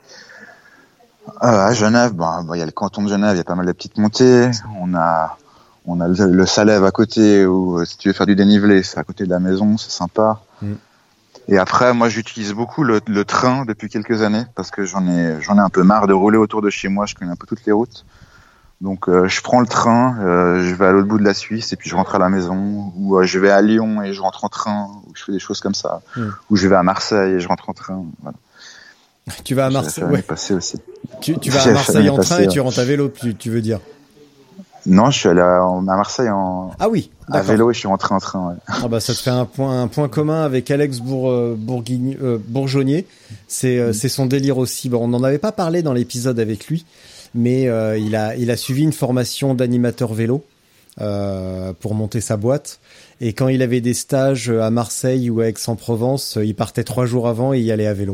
À Genève, il y a le canton de Genève, il y a pas mal de petites montées. On a le Salève à côté où si tu veux faire du dénivelé, c'est à côté de la maison, c'est sympa. Et après, moi, j'utilise beaucoup le train depuis quelques années parce que j'en ai un peu marre de rouler autour de chez moi. Je connais un peu toutes les routes. Donc, je prends le train, je vais à l'autre bout de la Suisse et puis je rentre à la maison. Ou je vais à Lyon et je rentre en train. Ou je fais des choses comme ça. Ou je vais à Marseille et je rentre en train. Voilà. Tu vas à Marseille, ouais. Passé aussi. Tu vas à Marseille en train et tu rentres à vélo, tu veux dire ? Non, je suis allé à Marseille ah oui, à vélo et je suis rentré en train. Ouais. Ah bah ça te fait un point commun avec Alex Bourgeonnier. C'est son délire aussi. Bon, on n'en avait pas parlé dans l'épisode avec lui, mais il a suivi une formation d'animateur vélo pour monter sa boîte. Et quand il avait des stages à Marseille ou à Aix-en-Provence, il partait 3 jours avant et il y allait à vélo.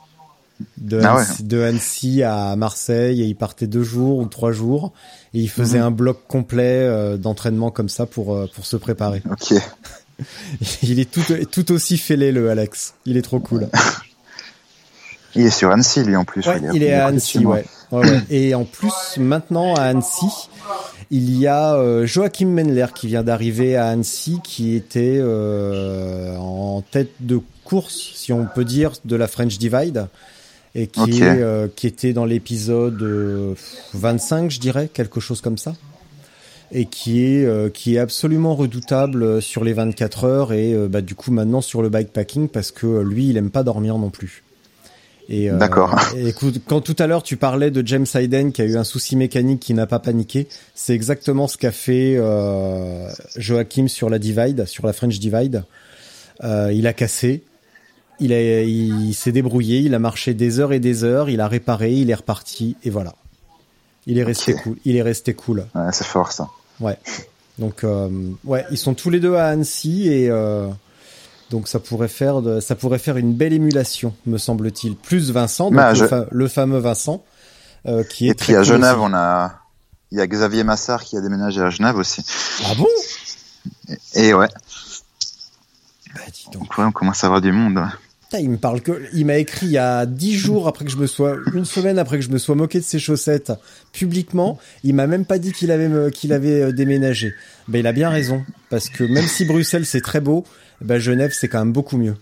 De Annecy à Marseille, et il partait 2 jours ou 3 jours et il faisait un bloc complet d'entraînement comme ça pour se préparer. Ok. Il est tout aussi fêlé, le Alex. Il est trop cool. Il est sur Annecy, lui, en plus. Ouais, il est à Annecy, ouais. Et en plus, maintenant, à Annecy, il y a Joachim Mendler qui vient d'arriver à Annecy, qui était en tête de course, si on peut dire, de la French Divide. Et qui était dans l'épisode 25, je dirais, quelque chose comme ça. Et qui est absolument redoutable sur les 24 heures et du coup maintenant sur le bikepacking parce que lui, il aime pas dormir non plus. Et, d'accord. Et écoute, quand tout à l'heure tu parlais de James Hayden qui a eu un souci mécanique qui n'a pas paniqué, c'est exactement ce qu'a fait Joachim sur la Divide, sur la French Divide. Il a cassé. Il s'est débrouillé, il a marché des heures et des heures, il a réparé, il est reparti et voilà. Il est resté cool. Il est resté cool. Ouais, c'est fort ça. Ouais. Donc ils sont tous les deux à Annecy et donc ça pourrait faire une belle émulation, me semble-t-il. Plus Vincent, donc le fameux Vincent qui est. Et puis à Genève, il y a Xavier Massard qui a déménagé à Genève aussi. Ah bon ? Et ouais. Bah dis donc. On commence à avoir du monde. Il m'a écrit il y a 10 jours une semaine après que je me sois moqué de ses chaussettes publiquement. Il m'a même pas dit qu'il avait déménagé. Ben, il a bien raison. Parce que même si Bruxelles c'est très beau, ben, Genève c'est quand même beaucoup mieux.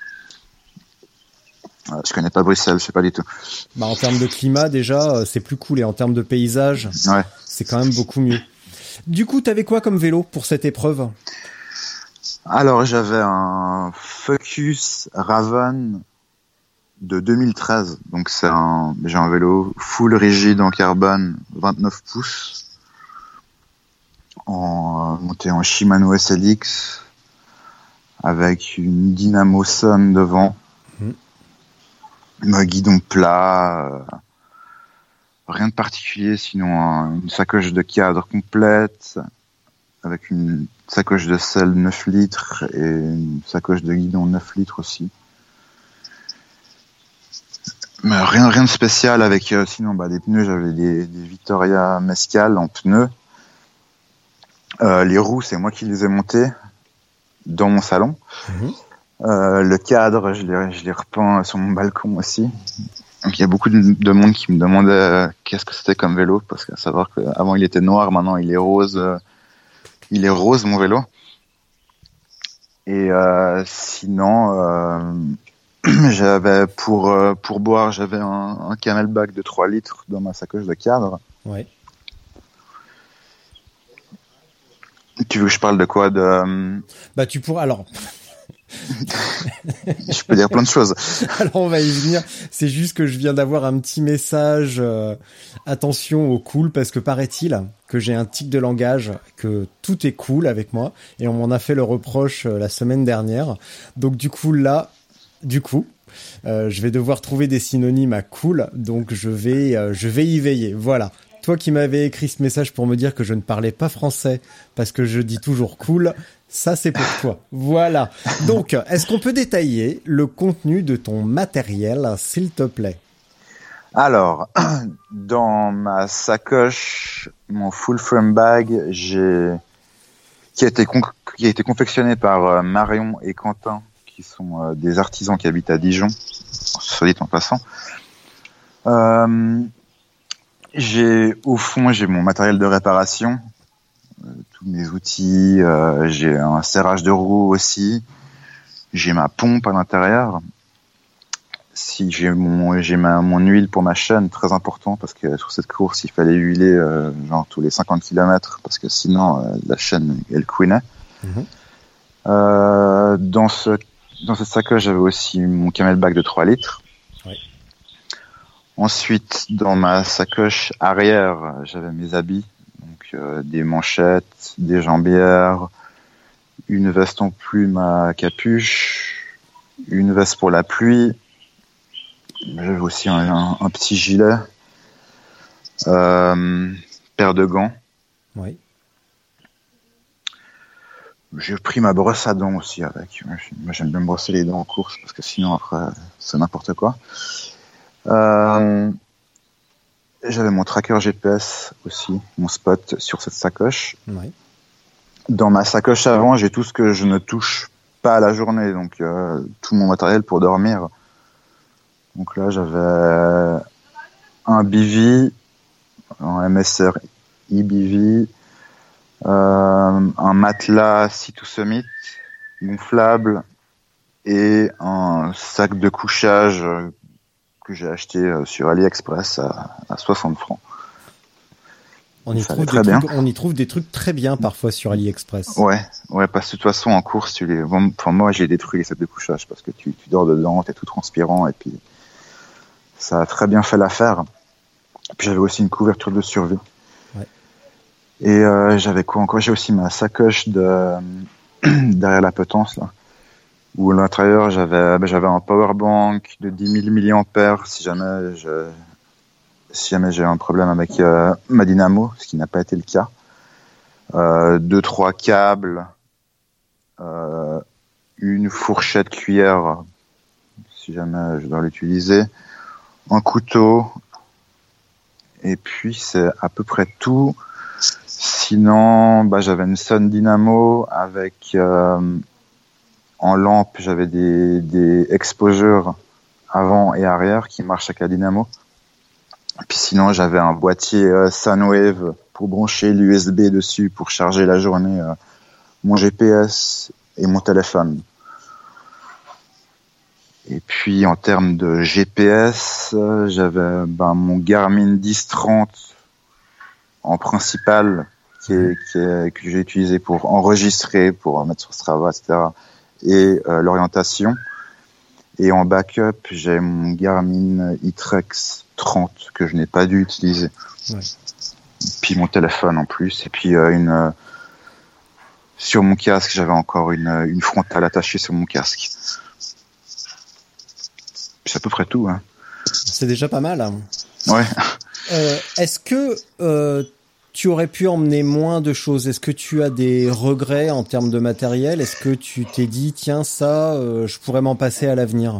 Je connais pas Bruxelles, je sais pas du tout. Bah, en termes de climat, déjà, c'est plus cool. Et en termes de paysage, c'est quand même beaucoup mieux. Du coup, t'avais quoi comme vélo pour cette épreuve ? Alors, j'avais un Focus Raven de 2013. Donc, j'ai un vélo full rigide en carbone, 29 pouces, monté en Shimano SLX, avec une Dynamo Sun devant, un guidon plat, rien de particulier, sinon une sacoche de cadre complète, avec une sacoche de sel 9 litres et une sacoche de guidon 9 litres aussi. Mais rien de spécial avec sinon des pneus, j'avais des Vittoria Mescal en pneus. Les roues, c'est moi qui les ai montées dans mon salon. Le cadre, je l'ai repeint sur mon balcon aussi. Donc il y a beaucoup de monde qui me demandait qu'est-ce que c'était comme vélo, parce qu'à savoir qu'avant il était noir, maintenant il est rose. Il est rose mon vélo. Et sinon, j'avais pour boire, j'avais un Camelback de 3 litres dans ma sacoche de cadre. Ouais. Tu veux que je parle de quoi Bah tu pourras alors. Je peux dire plein de choses. Alors on va y venir. C'est juste que je viens d'avoir un petit message. Attention au cool parce que paraît-il que j'ai un tic de langage, que tout est cool avec moi et on m'en a fait le reproche la semaine dernière. Donc du coup je vais devoir trouver des synonymes à cool. Donc je vais y veiller. Voilà. Toi qui m'avais écrit ce message pour me dire que je ne parlais pas français parce que je dis toujours cool, ça c'est pour toi. Voilà. Donc, est-ce qu'on peut détailler le contenu de ton matériel, s'il te plaît? Alors, dans ma sacoche, mon full frame bag, qui a été confectionné par Marion et Quentin, qui sont des artisans qui habitent à Dijon, soit dit en passant. Au fond, j'ai mon matériel de réparation, tous mes outils, j'ai un serrage de roue aussi, j'ai ma pompe à l'intérieur. Si j'ai mon huile pour ma chaîne, très important parce que sur cette course, il fallait huiler genre tous les 50 km parce que sinon la chaîne elle couinait. Dans cette sacoche, j'avais aussi mon Camelback de 3 litres. Oui. Ensuite, dans ma sacoche arrière, j'avais mes habits, donc des manchettes, des jambières, une veste en plume à capuche, une veste pour la pluie. J'avais aussi un petit gilet, paire de gants. Oui. J'ai pris ma brosse à dents aussi avec. Moi, j'aime bien me brosser les dents en course parce que sinon après c'est n'importe quoi. J'avais mon tracker GPS aussi, mon spot sur cette sacoche. Oui. Dans ma sacoche avant, j'ai tout ce que je ne touche pas à la journée, donc tout mon matériel pour dormir. Donc là, j'avais un bivy, un MSR eBivy, un matelas Sea2 Summit gonflable et un sac de couchage que j'ai acheté sur AliExpress à 60 francs. On y trouve des trucs très bien parfois sur AliExpress. Ouais, parce que de toute façon en course, moi j'ai détruit les sacs de couchage parce que tu dors dedans, t'es tout transpirant et puis ça a très bien fait l'affaire. Puis j'avais aussi une couverture de survie. Ouais. Et j'avais quoi encore? J'ai aussi ma sacoche derrière la potence là, où à l'intérieur j'avais un powerbank de 10 000 mAh si jamais j'ai un problème avec ma dynamo, ce qui n'a pas été le cas. 2-3 câbles, une fourchette cuillère si jamais je dois l'utiliser, un couteau, et puis c'est à peu près tout. Sinon, j'avais une Sun Dynamo avec en lampe, j'avais des exposures avant et arrière qui marchent avec la dynamo. Et puis sinon, j'avais un boîtier Sunwave pour brancher l'USB dessus pour charger la journée mon GPS et mon téléphone. Et puis en termes de GPS, j'avais mon Garmin 1030 en principal que j'ai utilisé pour enregistrer, pour mettre sur Strava, etc. et l'orientation. Et en backup, j'ai mon Garmin iTrex 30 que je n'ai pas dû utiliser. Ouais. Puis mon téléphone en plus. Et puis sur mon casque, j'avais encore une frontale attachée sur mon casque. C'est à peu près tout. Hein. C'est déjà pas mal. Hein. Ouais. Est-ce que tu aurais pu emmener moins de choses? Est-ce que tu as des regrets en termes de matériel? Est-ce que tu t'es dit, tiens, ça, je pourrais m'en passer à l'avenir?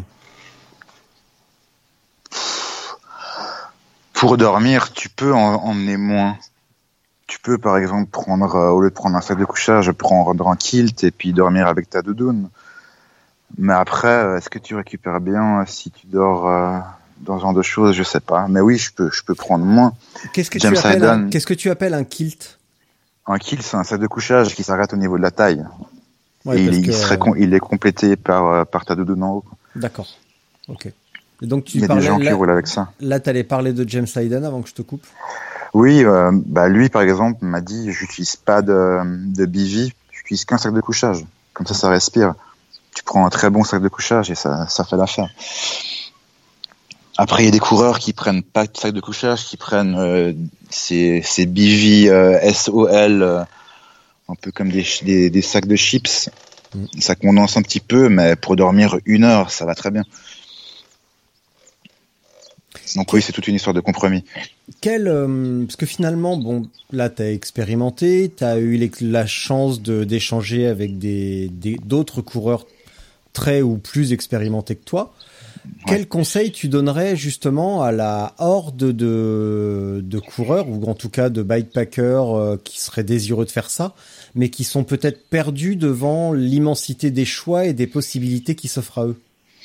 Pour dormir, tu peux emmener moins. Tu peux, par exemple, prendre, au lieu de prendre un sac de couchage, prendre un kilt et puis dormir avec ta doudoune. Mais après, est-ce que tu récupères bien si tu dors dans ce genre de choses? Je sais pas. Mais oui, je peux prendre moins. Qu'est-ce que tu appelles un kilt? Un kilt, c'est un sac de couchage qui s'arrête au niveau de la taille. Ouais, et il est complété par ta doudoune en haut. D'accord. Ok. Et donc Il y a des gens qui roulent avec ça. Là, t'allais parler de James Hayden avant que je te coupe. Oui, lui par exemple m'a dit j'utilise pas de BV, j'utilise qu'un sac de couchage. Comme ça respire. Tu prends un très bon sac de couchage et ça fait l'affaire. Après, il y a des coureurs qui prennent pas de sac de couchage, qui prennent ces BV SOL, un peu comme des sacs de chips. Ça condense un petit peu, mais pour dormir 1 heure, ça va très bien. Donc oui, c'est toute une histoire de compromis. Parce que finalement, bon, là, t'as expérimenté, t'as eu la chance d'échanger avec d'autres coureurs très ou plus expérimentés que toi. Quel conseil tu donnerais justement à la horde de coureurs, ou en tout cas de bikepackers qui seraient désireux de faire ça, mais qui sont peut-être perdus devant l'immensité des choix et des possibilités qui s'offrent à eux?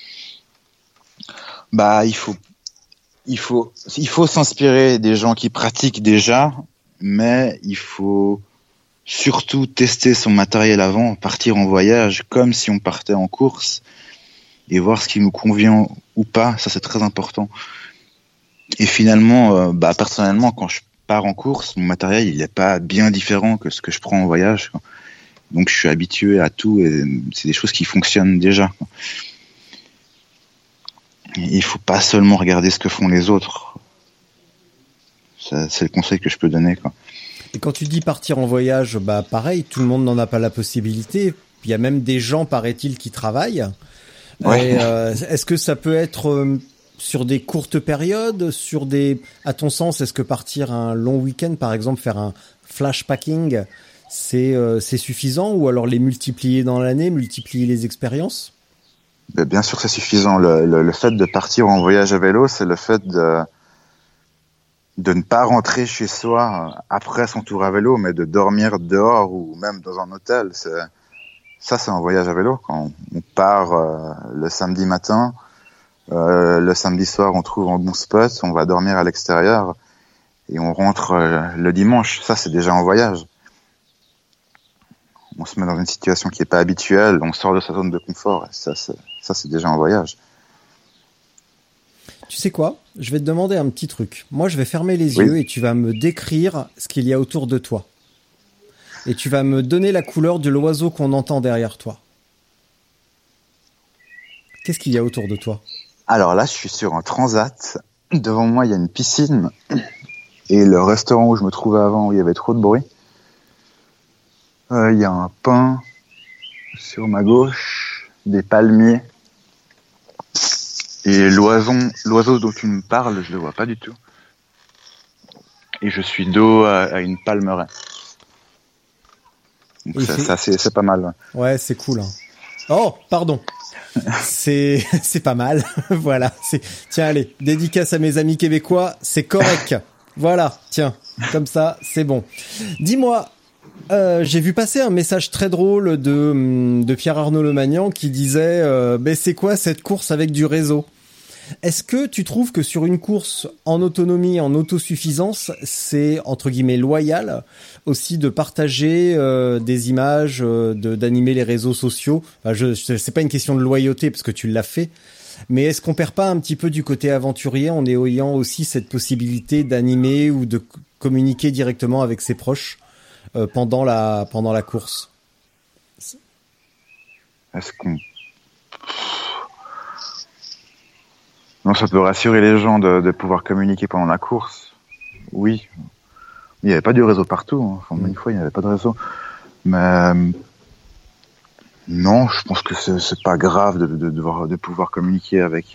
Bah, il faut s'inspirer des gens qui pratiquent déjà, mais il faut surtout tester son matériel avant, partir en voyage comme si on partait en course et voir ce qui nous convient ou pas. Ça, c'est très important. Et finalement, personnellement, quand je pars en course, mon matériel, il n'est pas bien différent que ce que je prends en voyage, quoi. Donc, je suis habitué à tout et c'est des choses qui fonctionnent déjà, quoi. Il faut pas seulement regarder ce que font les autres. C'est le conseil que je peux donner, quoi. Et quand tu dis partir en voyage, pareil, tout le monde n'en a pas la possibilité. Il y a même des gens, paraît-il, qui travaillent. Ouais. Et, est-ce que ça peut être sur des courtes périodes, à ton sens, est-ce que partir un long week-end, par exemple, faire un flash packing, c'est suffisant, ou alors les multiplier dans l'année, multiplier les expériences? Bien sûr, c'est suffisant. Le fait de partir en voyage à vélo, c'est le fait de ne pas rentrer chez soi après son tour à vélo, mais de dormir dehors ou même dans un hôtel. C'est un voyage à vélo. Quand on part le samedi matin, le samedi soir, on trouve un bon spot, on va dormir à l'extérieur et on rentre le dimanche. Ça, c'est déjà un voyage. On se met dans une situation qui n'est pas habituelle, on sort de sa zone de confort. Ça, c'est déjà un voyage. Tu sais quoi ? Je vais te demander un petit truc. Moi, je vais fermer les yeux et tu vas me décrire ce qu'il y a autour de toi. Et tu vas me donner la couleur de l'oiseau qu'on entend derrière toi. Qu'est-ce qu'il y a autour de toi ? Alors là, je suis sur un transat. Devant moi, il y a une piscine. Et le restaurant où je me trouvais avant, où il y avait trop de bruit. Il y a un pin sur ma gauche, des palmiers. Et l'oiseau dont tu me parles, je le vois pas du tout. Et je suis dos à une palmeraie. Donc c'est pas mal. Ouais, c'est cool. Hein. Oh, pardon. C'est pas mal. Voilà. Tiens, allez, dédicace à mes amis québécois. C'est correct. Voilà. Tiens, comme ça, c'est bon. Dis-moi. J'ai vu passer un message très drôle de Pierre-Arnaud Lemagnan qui disait c'est quoi cette course avec du réseau ? Est-ce que tu trouves que sur une course en autonomie, en autosuffisance, c'est entre guillemets loyal aussi de partager des images, d'animer les réseaux sociaux ? C'est pas une question de loyauté parce que tu l'as fait, mais est-ce qu'on perd pas un petit peu du côté aventurier en ayant aussi cette possibilité d'animer ou de communiquer directement avec ses proches pendant la course? Est-ce qu'on... Non, ça peut rassurer les gens de pouvoir communiquer pendant la course. Oui. Il n'y avait pas du réseau partout. Hein. Enfin, une fois, il n'y avait pas de réseau. Mais non, je pense que c'est pas grave de pouvoir communiquer avec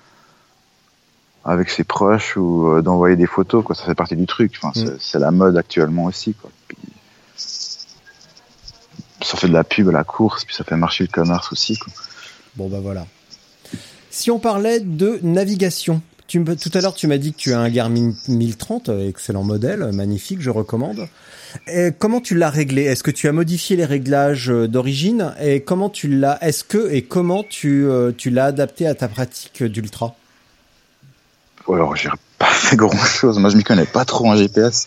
ses proches ou d'envoyer des photos, quoi. Ça fait partie du truc. Enfin, c'est la mode actuellement aussi, quoi. Puis, ça fait de la pub à la course, puis ça fait marcher le commerce aussi, quoi. Bon, voilà. Si on parlait de navigation, tout à l'heure tu m'as dit que tu as un Garmin 1030, excellent modèle, magnifique, je recommande. Et comment tu l'as réglé ? Est-ce que tu as modifié les réglages d'origine ? Et comment tu l'as adapté à ta pratique d'ultra ? Alors, j'ai pas fait grand-chose. Moi, je m'y connais pas trop en GPS.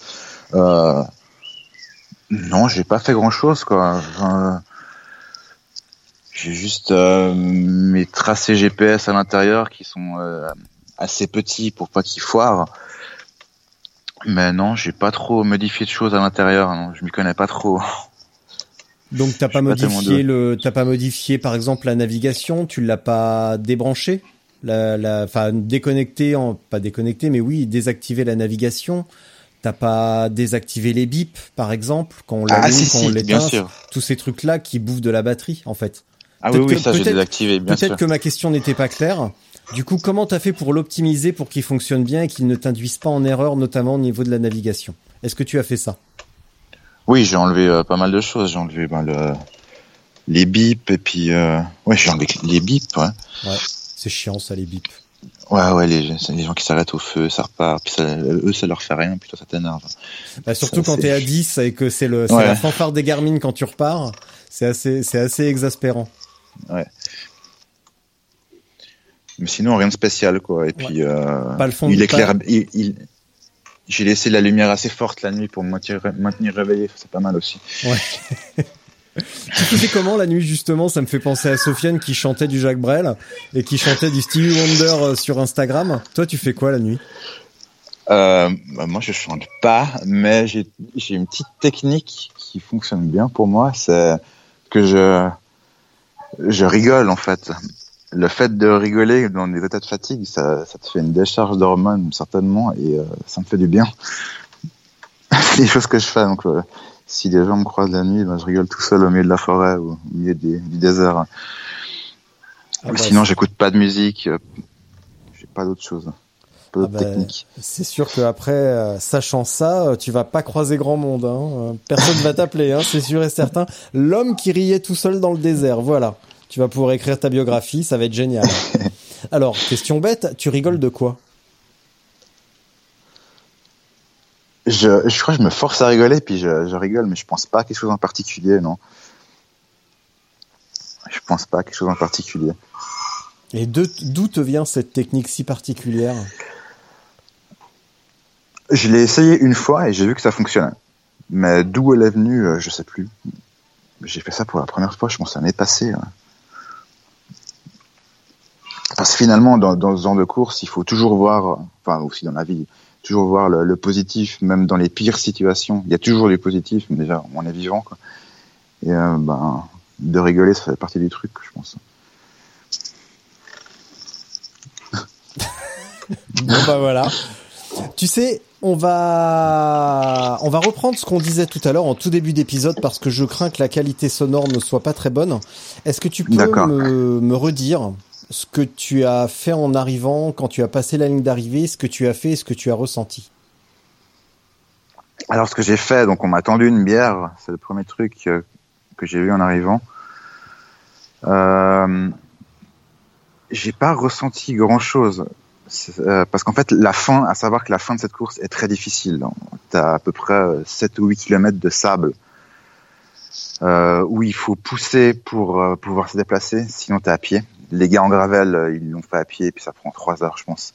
Non, j'ai pas fait grand-chose, quoi. J'ai juste mes tracés GPS à l'intérieur qui sont assez petits pour pas qu'ils foirent. Mais non, j'ai pas trop modifié de choses à l'intérieur. Non, je m'y connais pas trop. Donc t'as pas modifié par exemple la navigation, tu l'as pas débranché, enfin déconnecté, pas déconnecté, mais oui désactiver la navigation. T'as pas désactivé les bips par exemple quand on l'allume, quand on l'éteint, tous ces trucs là qui bouffent de la batterie en fait. Ah oui, ça j'ai désactivé, bien sûr. Peut-être que ma question n'était pas claire. Du coup, comment t'as fait pour l'optimiser pour qu'il fonctionne bien et qu'il ne t'induise pas en erreur, notamment au niveau de la navigation? Est-ce que tu as fait ça? Oui, j'ai enlevé pas mal de choses. J'ai enlevé les bips et puis j'ai enlevé les bips. Ouais, c'est chiant ça les bips. Ouais, les gens qui s'arrêtent au feu, ça repart. Puis eux, ça leur fait rien. Puis toi, ça t'énerve. Surtout quand t'es à 10 et que c'est la fanfare des Garmin quand tu repars. C'est assez exaspérant. Ouais. Mais sinon, rien de spécial, quoi. Et puis, pas le fond il éclaire. J'ai laissé la lumière assez forte la nuit pour me maintenir réveillé. C'est pas mal aussi. Ouais. Tu faisais comment la nuit, justement? Ça me fait penser à Sofiane qui chantait du Jacques Brel et qui chantait du Stevie Wonder sur Instagram. Toi, tu fais quoi la nuit? Moi, je chante pas, mais j'ai une petite technique qui fonctionne bien pour moi. C'est que je rigole, en fait. Le fait de rigoler dans des états de fatigue, ça te fait une décharge d'hormones, certainement, et ça me fait du bien. C'est des choses que je fais, donc si les gens me croisent la nuit, je rigole tout seul au milieu de la forêt ou au milieu du désert. Sinon, j'écoute pas de musique, j'ai pas d'autre chose, pas d'autre technique. C'est sûr qu'après, sachant ça, tu vas pas croiser grand monde. Hein. Personne va t'appeler, hein, c'est sûr et certain. L'homme qui riait tout seul dans le désert, voilà. Tu vas pouvoir écrire ta biographie, ça va être génial. Alors, question bête, tu rigoles de quoi? Je crois que je me force à rigoler, puis je rigole, mais je pense pas à quelque chose en particulier, non. Je pense pas à quelque chose en particulier. Et d'où te vient cette technique si particulière? Je l'ai essayé une fois et j'ai vu que ça fonctionnait. Mais d'où elle est venue, je sais plus. J'ai fait ça pour la première fois, je pense l'année passée. Parce que finalement, dans ce genre de course, il faut toujours voir, enfin aussi dans la vie, toujours voir le positif, même dans les pires situations. Il y a toujours du positif, mais déjà, on est vivant, quoi. Et de rigoler, ça fait partie du truc, je pense. Bon voilà. Tu sais, on va reprendre ce qu'on disait tout à l'heure en tout début d'épisode parce que je crains que la qualité sonore ne soit pas très bonne. Est-ce que tu peux me redire ce que tu as fait en arrivant, quand tu as passé la ligne d'arrivée, ce que tu as fait et ce que tu as ressenti? Alors, ce que j'ai fait, donc on m'a tendu une bière, c'est le premier truc que j'ai vu en arrivant. J'ai pas ressenti grand-chose. Parce qu'en fait, à savoir que la fin de cette course est très difficile. T'as à peu près 7 ou 8 kilomètres de sable où il faut pousser pour pouvoir se déplacer, sinon t'es à pied. Les gars en gravel, ils l'ont fait à pied, et puis ça prend 3 heures, je pense.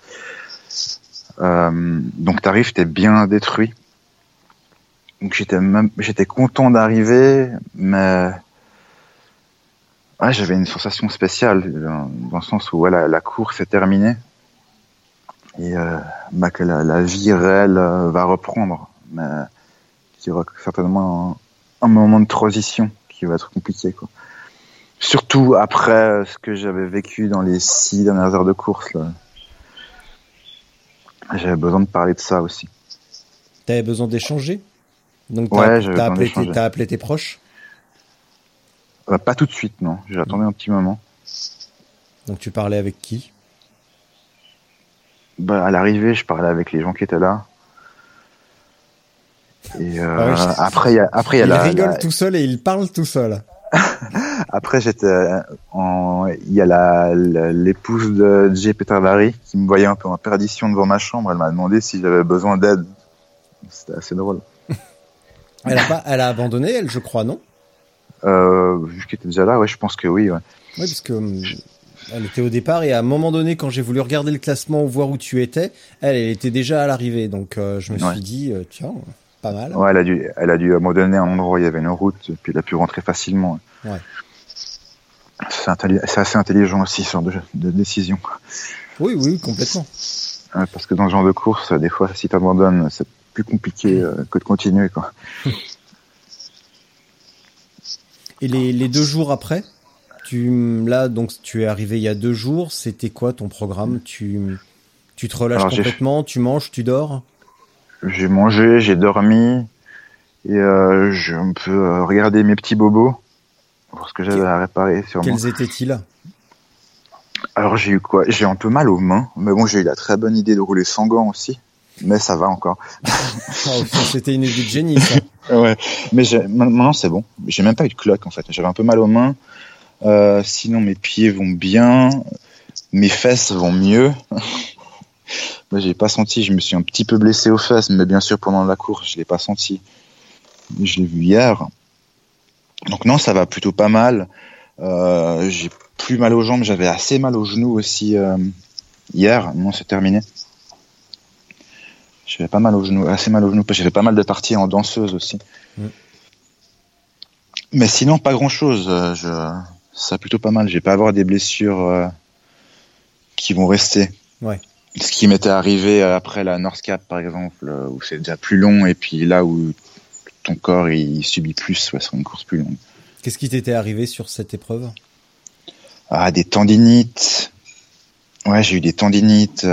Donc t'arrives, t'es bien détruit. Donc j'étais content d'arriver, mais j'avais une sensation spéciale dans le sens où la course est terminée et que la vie réelle va reprendre, mais qu'il y aura certainement un moment de transition qui va être compliqué, quoi. Surtout après ce que j'avais vécu dans les 6 dernières heures de course, là. J'avais besoin de parler de ça aussi. T'avais besoin d'échanger? Donc t'as appelé tes proches? Pas tout de suite, non. J'ai attendu un petit moment. Donc tu parlais avec qui? À l'arrivée, je parlais avec les gens qui étaient là. Et après, il y a il rigole tout seul et il parle tout seul. Après, il y a l'épouse de Jay Petardari qui me voyait un peu en perdition devant ma chambre. Elle m'a demandé si j'avais besoin d'aide. C'était assez drôle. Elle a abandonné, elle, je crois, non? Vu qu'elle était déjà là, ouais, je pense que oui, ouais. Oui, parce que elle était au départ et à un moment donné, quand j'ai voulu regarder le classement ou voir où tu étais, elle était déjà à l'arrivée. Donc, je me suis dit, tiens, pas mal. Ouais, elle a dû à un moment donné un endroit où il y avait une route, puis elle a pu rentrer facilement. Ouais. C'est assez intelligent aussi, ce genre de décision. Oui, complètement. Parce que dans ce genre de course, des fois, si tu abandonnes, c'est plus compliqué que de continuer, quoi. Et les 2 jours après, donc tu es arrivé il y a 2 jours, c'était quoi ton programme? Tu te relâches complètement, tu manges, tu dors? J'ai mangé, j'ai dormi, et je peux regarder mes petits bobos, pour ce que j'avais à réparer sur moi. Quels étaient-ils? Alors j'ai eu quoi? J'ai un peu mal aux mains, mais bon, j'ai eu la très bonne idée de rouler sans gants aussi, mais ça va encore. C'était une idée de génie, ça. Ouais, mais maintenant c'est bon. J'ai même pas eu de cloque en fait. J'avais un peu mal aux mains. Sinon mes pieds vont bien, mes fesses vont mieux. Moi j'ai pas senti. Je me suis un petit peu blessé aux fesses, mais bien sûr pendant la course je l'ai pas senti. Je l'ai vu hier. Donc non, ça va plutôt pas mal. J'ai plus mal aux jambes. J'avais assez mal aux genoux aussi hier. Non, c'est terminé. J'avais pas mal aux genoux, assez mal aux genoux, parce que j'avais pas mal de parties en danseuse aussi. Mais sinon, pas grand chose. Ça plutôt pas mal. Je vais pas avoir des blessures qui vont rester. Ouais. Ce qui m'était arrivé après la North Cap, par exemple, où c'est déjà plus long, et puis là où ton corps il subit plus sur une course plus longue. Qu'est-ce qui t'était arrivé sur cette épreuve? Des tendinites. Ouais, j'ai eu des tendinites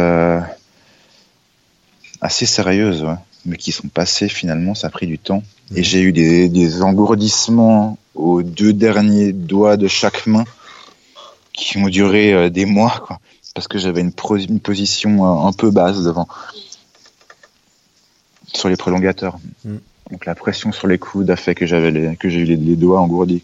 assez sérieuses, ouais, mais qui sont passées finalement, ça a pris du temps. Et j'ai eu des engourdissements aux 2 derniers doigts de chaque main qui ont duré des mois, quoi, parce que j'avais une position un peu basse devant, sur les prolongateurs. Donc la pression sur les coudes a fait que j'ai eu les doigts engourdis.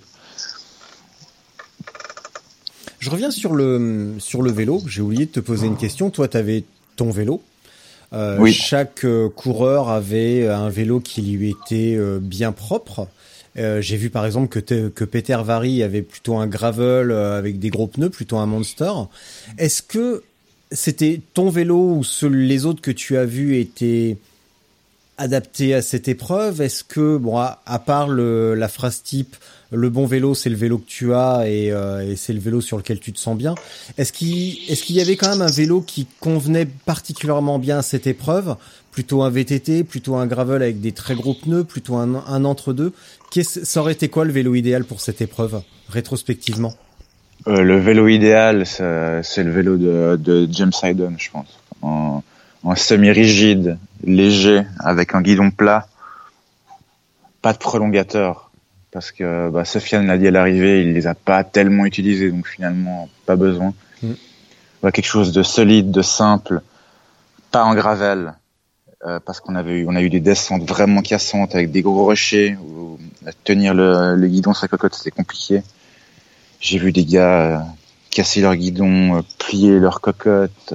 Je reviens sur le vélo. J'ai oublié de te poser une question. Toi, tu avais ton vélo. Oui. Chaque coureur avait un vélo qui lui était bien propre. J'ai vu par exemple que Peter Vary avait plutôt un gravel avec des gros pneus, plutôt un Monster. Est-ce que c'était ton vélo ou les autres que tu as vus étaient adaptés à cette épreuve? Est-ce que, bon, à part la phrase type « le bon vélo, c'est le vélo que tu as et c'est le vélo sur lequel tu te sens bien », est-ce qu'il y avait quand même un vélo qui convenait particulièrement bien à cette épreuve? Plutôt un VTT, plutôt un gravel avec des très gros pneus, plutôt un entre-deux? Ça aurait été quoi le vélo idéal pour cette épreuve, rétrospectivement? Le vélo idéal, c'est le vélo de James Hayden, je pense. En semi-rigide, léger, avec un guidon plat, pas de prolongateur, parce que Sofiane l'a dit à l'arrivée, il les a pas tellement utilisés, donc finalement pas besoin. Quelque chose de solide, de simple, pas en gravel, parce qu'on a eu des descentes vraiment cassantes avec des gros rochers où tenir le guidon sur la cocotte c'était compliqué. J'ai vu des gars casser leur guidon, plier leur cocotte.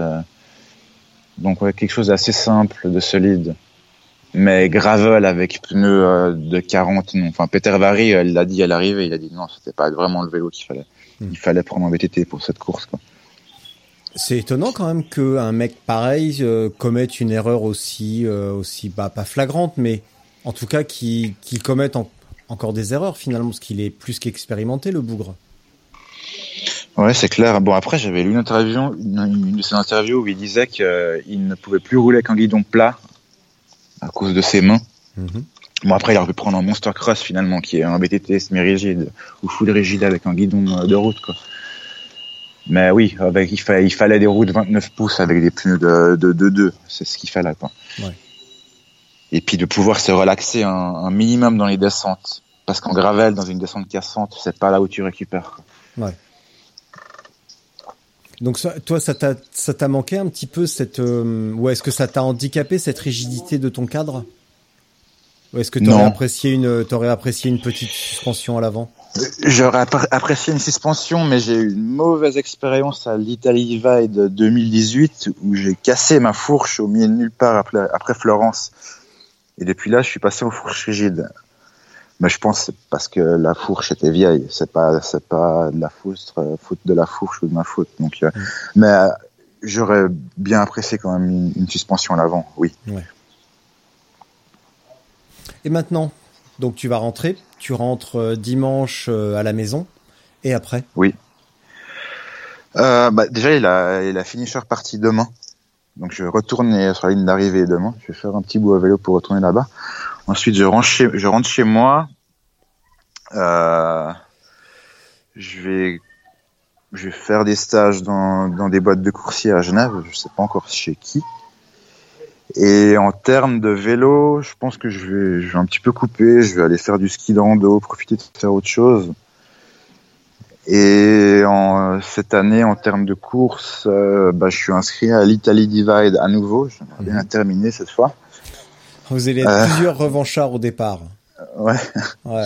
Donc quelque chose d'assez simple, de solide. Mais gravel avec pneus de 40, non. Enfin, Peter Vary l'a dit à l'arrivée, il a dit non, c'était pas vraiment le vélo qu'il fallait. Il fallait prendre un VTT pour cette course, quoi. C'est étonnant quand même qu'un mec pareil commette une erreur aussi pas flagrante, mais en tout cas qu'il commette encore des erreurs finalement, parce qu'il est plus qu'expérimenté, le bougre. Ouais, c'est clair. Bon, après, j'avais lu une de ses interviews où il disait qu'il ne pouvait plus rouler avec un guidon plat à cause de ses mains. Bon, après, il aurait pu prendre un Monster Cross finalement, qui est un VTT semi-rigide ou full rigide avec un guidon de route, quoi. Mais oui, il fallait des roues de 29 pouces avec des pneus de 2. C'est ce qu'il fallait, quoi. Ouais. Et puis de pouvoir se relaxer un minimum dans les descentes. Parce qu'en gravel, dans une descente cassante, c'est pas là où tu récupères, quoi. Ouais. Donc toi, ça t'a manqué un petit peu ou est-ce que ça t'a handicapé cette rigidité de ton cadre? Ou est-ce que t'aurais apprécié une petite suspension à l'avant? J'aurais apprécié une suspension, mais j'ai eu une mauvaise expérience à l'Italy Divide 2018 où j'ai cassé ma fourche au milieu de nulle part après Florence. Et depuis là, je suis passé aux fourches rigides. Mais je pense que c'est parce que la fourche était vieille. C'est pas de la faute de la fourche ou de ma faute. Donc, mais j'aurais bien apprécié quand même une suspension à l'avant, oui. Ouais. Et maintenant, donc tu vas rentrer. Tu rentres dimanche à la maison. Et après? Oui. Déjà, il a finisher partie demain. Donc, je retourne sur la ligne d'arrivée demain. Je vais faire un petit bout à vélo pour retourner là-bas. Ensuite, je rentre chez moi. Je vais faire des stages dans des boîtes de coursiers à Genève. Je sais pas encore chez qui. Et en termes de vélo, je pense que je vais un petit peu couper. Je vais aller faire du ski de rando, profiter de faire autre chose. Et cette année, en termes de course, je suis inscrit à l'Italy Divide à nouveau. J'aimerais bien la terminer cette fois. Vous allez être plusieurs revanchards au départ. Ouais. Ouais.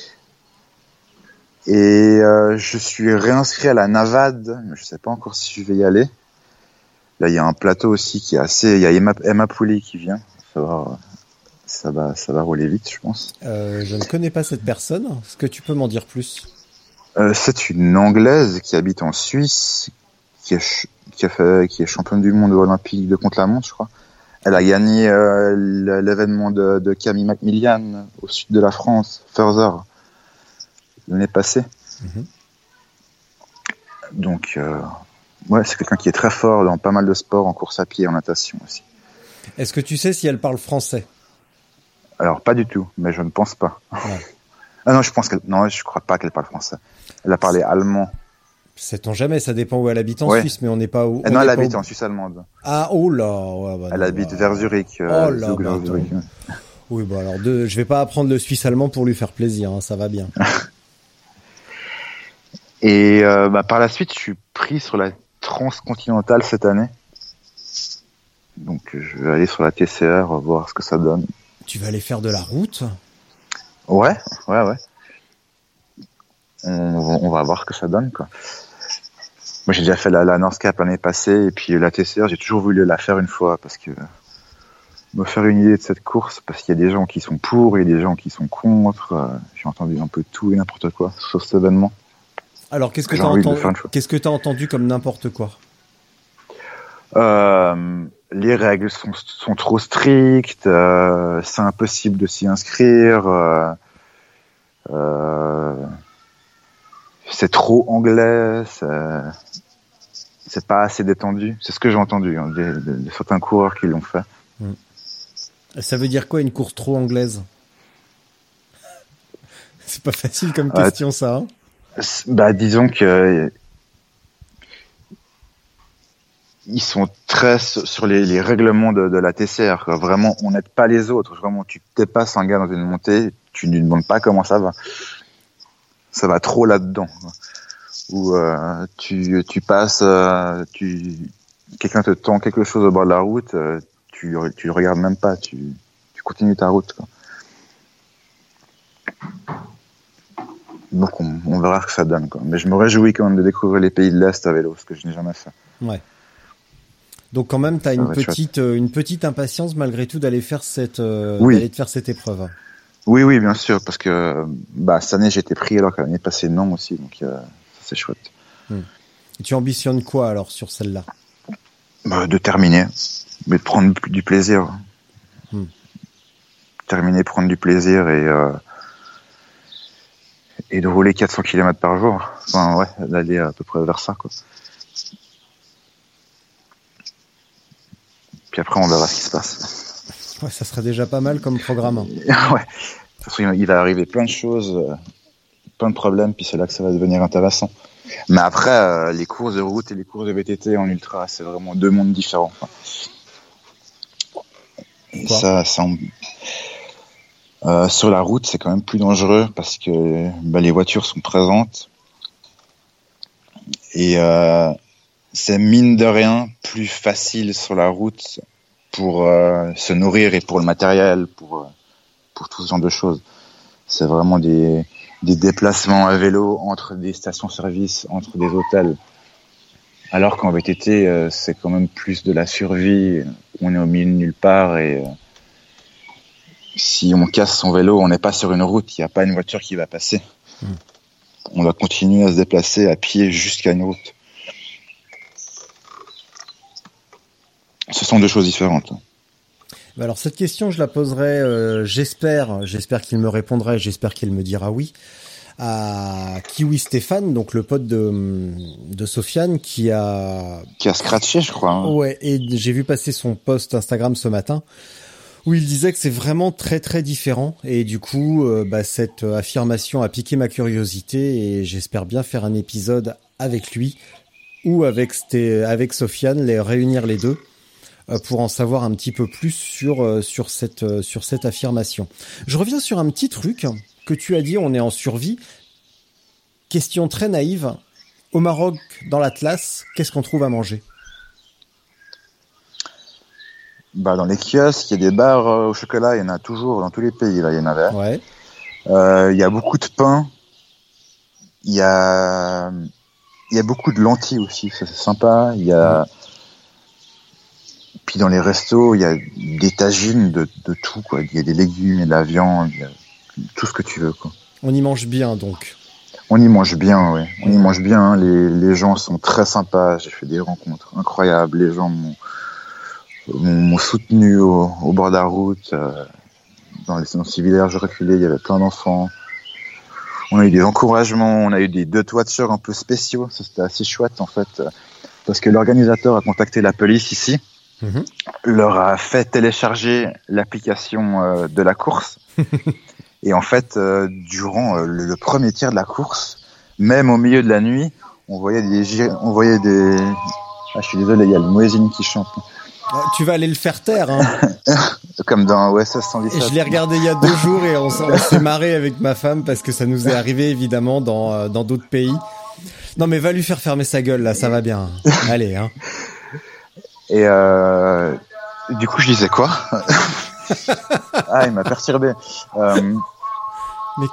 Et je suis réinscrit à la Navade, mais je sais pas encore si je vais y aller. Là, il y a un plateau aussi qui est assez. Il y a Emma Pouli qui vient. Ça va rouler vite, je pense. Je ne connais pas cette personne. Est-ce que tu peux m'en dire plus? C'est une Anglaise qui habite en Suisse, qui est championne du monde olympique de contre-la-montre, je crois. Elle a gagné l'événement de Camille Macmillan au sud de la France, Further, l'année passée. Mm-hmm. Donc, c'est quelqu'un qui est très fort dans pas mal de sports, en course à pied et en natation aussi. Est-ce que tu sais si elle parle français? Alors, pas du tout, mais je ne pense pas. Ouais. Ah non, je crois pas qu'elle parle français. Elle a parlé allemand. Sait-on jamais, ça dépend où elle habite en Suisse, mais on n'est pas où. Non, elle habite en Suisse allemande. Ah, oh là, elle habite vers Zurich. Zurich. Oui, alors je vais pas apprendre le suisse allemand pour lui faire plaisir, hein, ça va bien. Et par la suite, je suis pris sur la transcontinentale cette année. Donc, je vais aller sur la TCR, voir ce que ça donne. Tu vas aller faire de la route? Ouais. On va voir ce que ça donne, quoi. Moi, j'ai déjà fait la North Cap l'année passée, et puis la TCR, j'ai toujours voulu la faire une fois, parce que me faire une idée de cette course, parce qu'il y a des gens qui sont pour, et des gens qui sont contre. J'ai entendu un peu tout et n'importe quoi sur cet événement. Alors, qu'est-ce que t'as entendu comme n'importe quoi? Les règles sont trop strictes, c'est impossible de s'y inscrire, c'est trop anglais, c'est pas assez détendu. C'est ce que j'ai entendu de certains coureurs qui l'ont fait. Ça veut dire quoi, une course trop anglaise? C'est pas facile comme question, ça. Hein, disons que ils sont très sur les règlements de la TCR. Quoi. Vraiment, on n'aide pas les autres. Vraiment, tu dépasses un gars dans une montée, tu ne lui demandes pas comment ça va. Ça va trop là-dedans. Ou tu passes, quelqu'un te tend quelque chose au bord de la route, tu regardes même pas, tu continues ta route. Quoi. Donc on verra ce que ça donne. Quoi. Mais je me réjouis quand même de découvrir les pays de l'Est à vélo, ce que je n'ai jamais fait. Ouais. Donc quand même, t'as une petite impatience malgré tout d'aller faire cette épreuve. Oui, bien sûr, parce que cette année j'étais pris alors que l'année passée non aussi, donc ça, c'est chouette. Et tu ambitionnes quoi alors sur celle-là? De terminer, mais de prendre du plaisir. Terminer, prendre du plaisir et de rouler 400 km par jour. Enfin, d'aller à peu près vers ça, quoi. Puis après, on verra ce qui se passe. Ouais, ça serait déjà pas mal comme programme. Ouais. De toute façon, il va arriver plein de choses, plein de problèmes, puis c'est là que ça va devenir intéressant. Mais après, les courses de route et les courses de VTT en ultra, c'est vraiment deux mondes différents. Et ça sur la route, c'est quand même plus dangereux parce que les voitures sont présentes. Et c'est mine de rien plus facile sur la route pour se nourrir et pour le matériel, pour tout ce genre de choses. C'est vraiment des déplacements à vélo entre des stations-service, entre des hôtels. Alors qu'en VTT, c'est quand même plus de la survie. On est au milieu de nulle part et si on casse son vélo, on n'est pas sur une route, il n'y a pas une voiture qui va passer. On doit continuer à se déplacer à pied jusqu'à une route. Ce sont deux choses différentes. Alors cette question, je la poserai, j'espère qu'il me répondra, j'espère qu'il me dira oui. à Kiwi Stéphane, donc le pote de Sofiane, qui a scratché, je crois. Hein. Ouais, et j'ai vu passer son post Instagram ce matin où il disait que c'est vraiment très très différent, et du coup cette affirmation a piqué ma curiosité, et j'espère bien faire un épisode avec lui ou avec Sofiane, réunir les deux pour en savoir un petit peu plus sur cette affirmation. Je reviens sur un petit truc que tu as dit, on est en survie. Question très naïve. Au Maroc, dans l'Atlas, qu'est-ce qu'on trouve à manger ? Dans les kiosques, il y a des bars au chocolat, il y en a toujours dans tous les pays, là, il y en avait. Ouais. Il y a beaucoup de pain. Il y a beaucoup de lentilles aussi, ça c'est sympa. Il y a Puis dans les restos, il y a des tagines de tout, quoi. Il y a des légumes, il y a de la viande, il y a tout ce que tu veux, quoi. On y mange bien, donc. On y mange bien, oui. On y mange bien. Hein. Les gens sont très sympas. J'ai fait des rencontres incroyables. Les gens m'ont soutenu au bord de la route. Dans ces villages reculés, il y avait plein d'enfants. On a eu des encouragements. On a eu des 2 voitures un peu spéciaux. Ça, c'était assez chouette, en fait. Parce que l'organisateur a contacté la police ici. Leur a fait télécharger l'application de la course. Et en fait, durant le premier tiers de la course, même au milieu de la nuit, on voyait des... Ah, je suis désolé, il y a le muezzin qui chante. Tu vas aller le faire taire, hein. Comme dans OSS 117. Et je l'ai regardé il y a 2 jours et on s'est marré avec ma femme parce que ça nous est arrivé évidemment dans d'autres pays. Non mais va lui faire fermer sa gueule là, ça va bien. Allez, hein. Et du coup, je disais quoi? Ah, il m'a perturbé. Mais...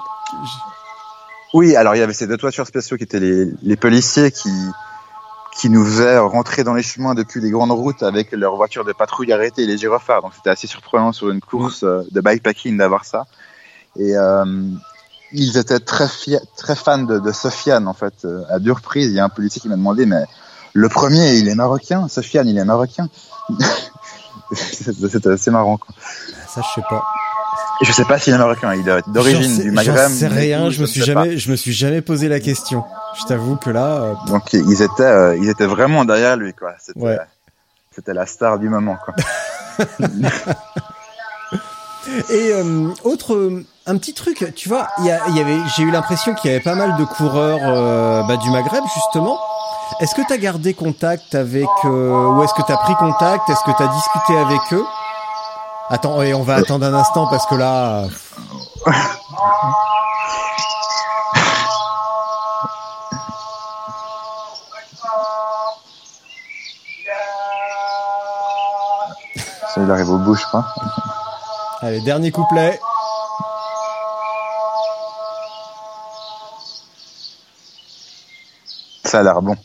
Oui, alors il y avait ces 2 voitures spéciaux qui étaient les policiers qui nous faisaient rentrer dans les chemins depuis les grandes routes avec leurs voitures de patrouille arrêtées et les gyrophares. Donc c'était assez surprenant sur une course de bikepacking d'avoir ça. Et ils étaient très fans de Sofiane, en fait. À 2 reprises, il y a un policier qui m'a demandé, mais le premier, il est marocain, Sofiane, il est marocain. C'était assez marrant, quoi. Ça, je sais pas. Je sais pas s'il est marocain, il est d'origine du Maghreb. J'en sais rien, je me suis jamais posé la question. Je t'avoue que là. Donc ils étaient vraiment derrière lui, quoi. C'était la star du moment, quoi. Et un petit truc, tu vois, j'ai eu l'impression qu'il y avait pas mal de coureurs du Maghreb justement. Est-ce que t'as gardé contact avec ou est-ce que t'as pris contact? Est-ce que t'as discuté avec eux? Attends, et on va attendre un instant parce que là. Ça, il arrive au bout, je crois. Allez, dernier couplet. Ça a l'air bon.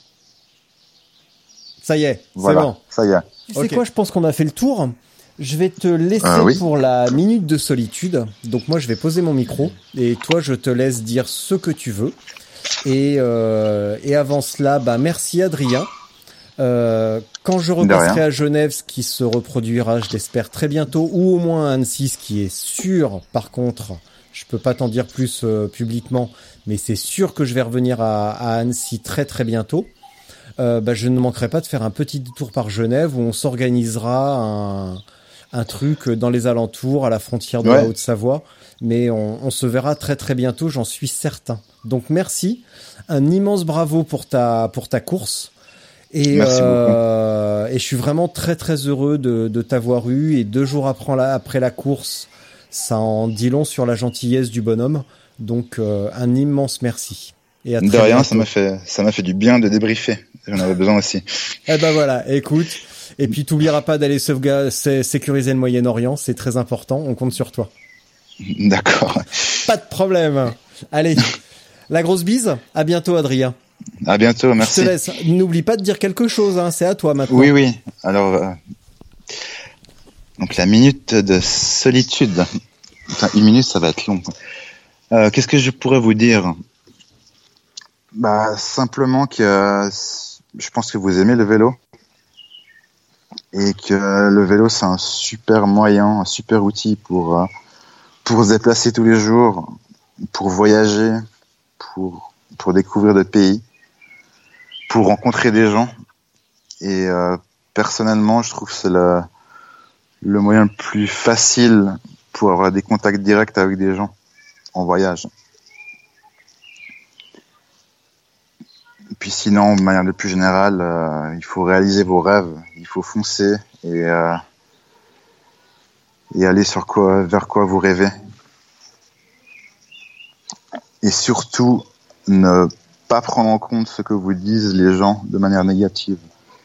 Ça y est, voilà, c'est bon. Ça y est. Tu sais quoi, je pense qu'on a fait le tour. Je vais te laisser pour la minute de solitude. Donc moi, je vais poser mon micro et toi, je te laisse dire ce que tu veux. Et avant cela, merci Adrien. Quand je repasserai à Genève, ce qui se reproduira, je l'espère, très bientôt, ou au moins à Annecy, ce qui est sûr, par contre, je peux pas t'en dire plus publiquement, mais c'est sûr que je vais revenir à Annecy très très bientôt. Je ne manquerai pas de faire un petit tour par Genève où on s'organisera un truc dans les alentours, à la frontière de la Haute-Savoie, mais on se verra très très bientôt, j'en suis certain. Donc merci, un immense bravo pour ta course. Et je suis vraiment très très heureux de t'avoir eu, et 2 jours après la course, ça en dit long sur la gentillesse du bonhomme. Donc un immense merci. Et à très rien, bientôt. ça m'a fait du bien de débriefer. J'en avais besoin aussi. Eh ben voilà, écoute. Et puis t'oublieras pas d'aller sécuriser le Moyen-Orient, c'est très important, on compte sur toi. D'accord. Pas de problème. Allez, la grosse bise, à bientôt Adrien. À bientôt, merci. Je te laisse. N'oublie pas de dire quelque chose, hein, c'est à toi maintenant. Oui. Alors, donc la minute de solitude. Enfin, 1 minute, ça va être long. Qu'est-ce que je pourrais vous dire? Simplement que je pense que vous aimez le vélo. Et que le vélo, c'est un super moyen, un super outil pour se déplacer tous les jours, pour voyager, pour découvrir d'autres pays, pour rencontrer des gens. Et personnellement, je trouve que c'est le moyen le plus facile pour avoir des contacts directs avec des gens en voyage. Et puis sinon, de manière plus générale, il faut réaliser vos rêves, il faut foncer et aller vers quoi vous rêvez. Et surtout, ne pas prendre en compte ce que vous disent les gens de manière négative.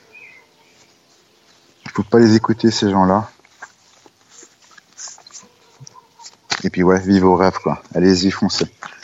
Il faut pas les écouter, ces gens-là. Et puis ouais, vivez vos rêves, quoi. Allez-y, foncez.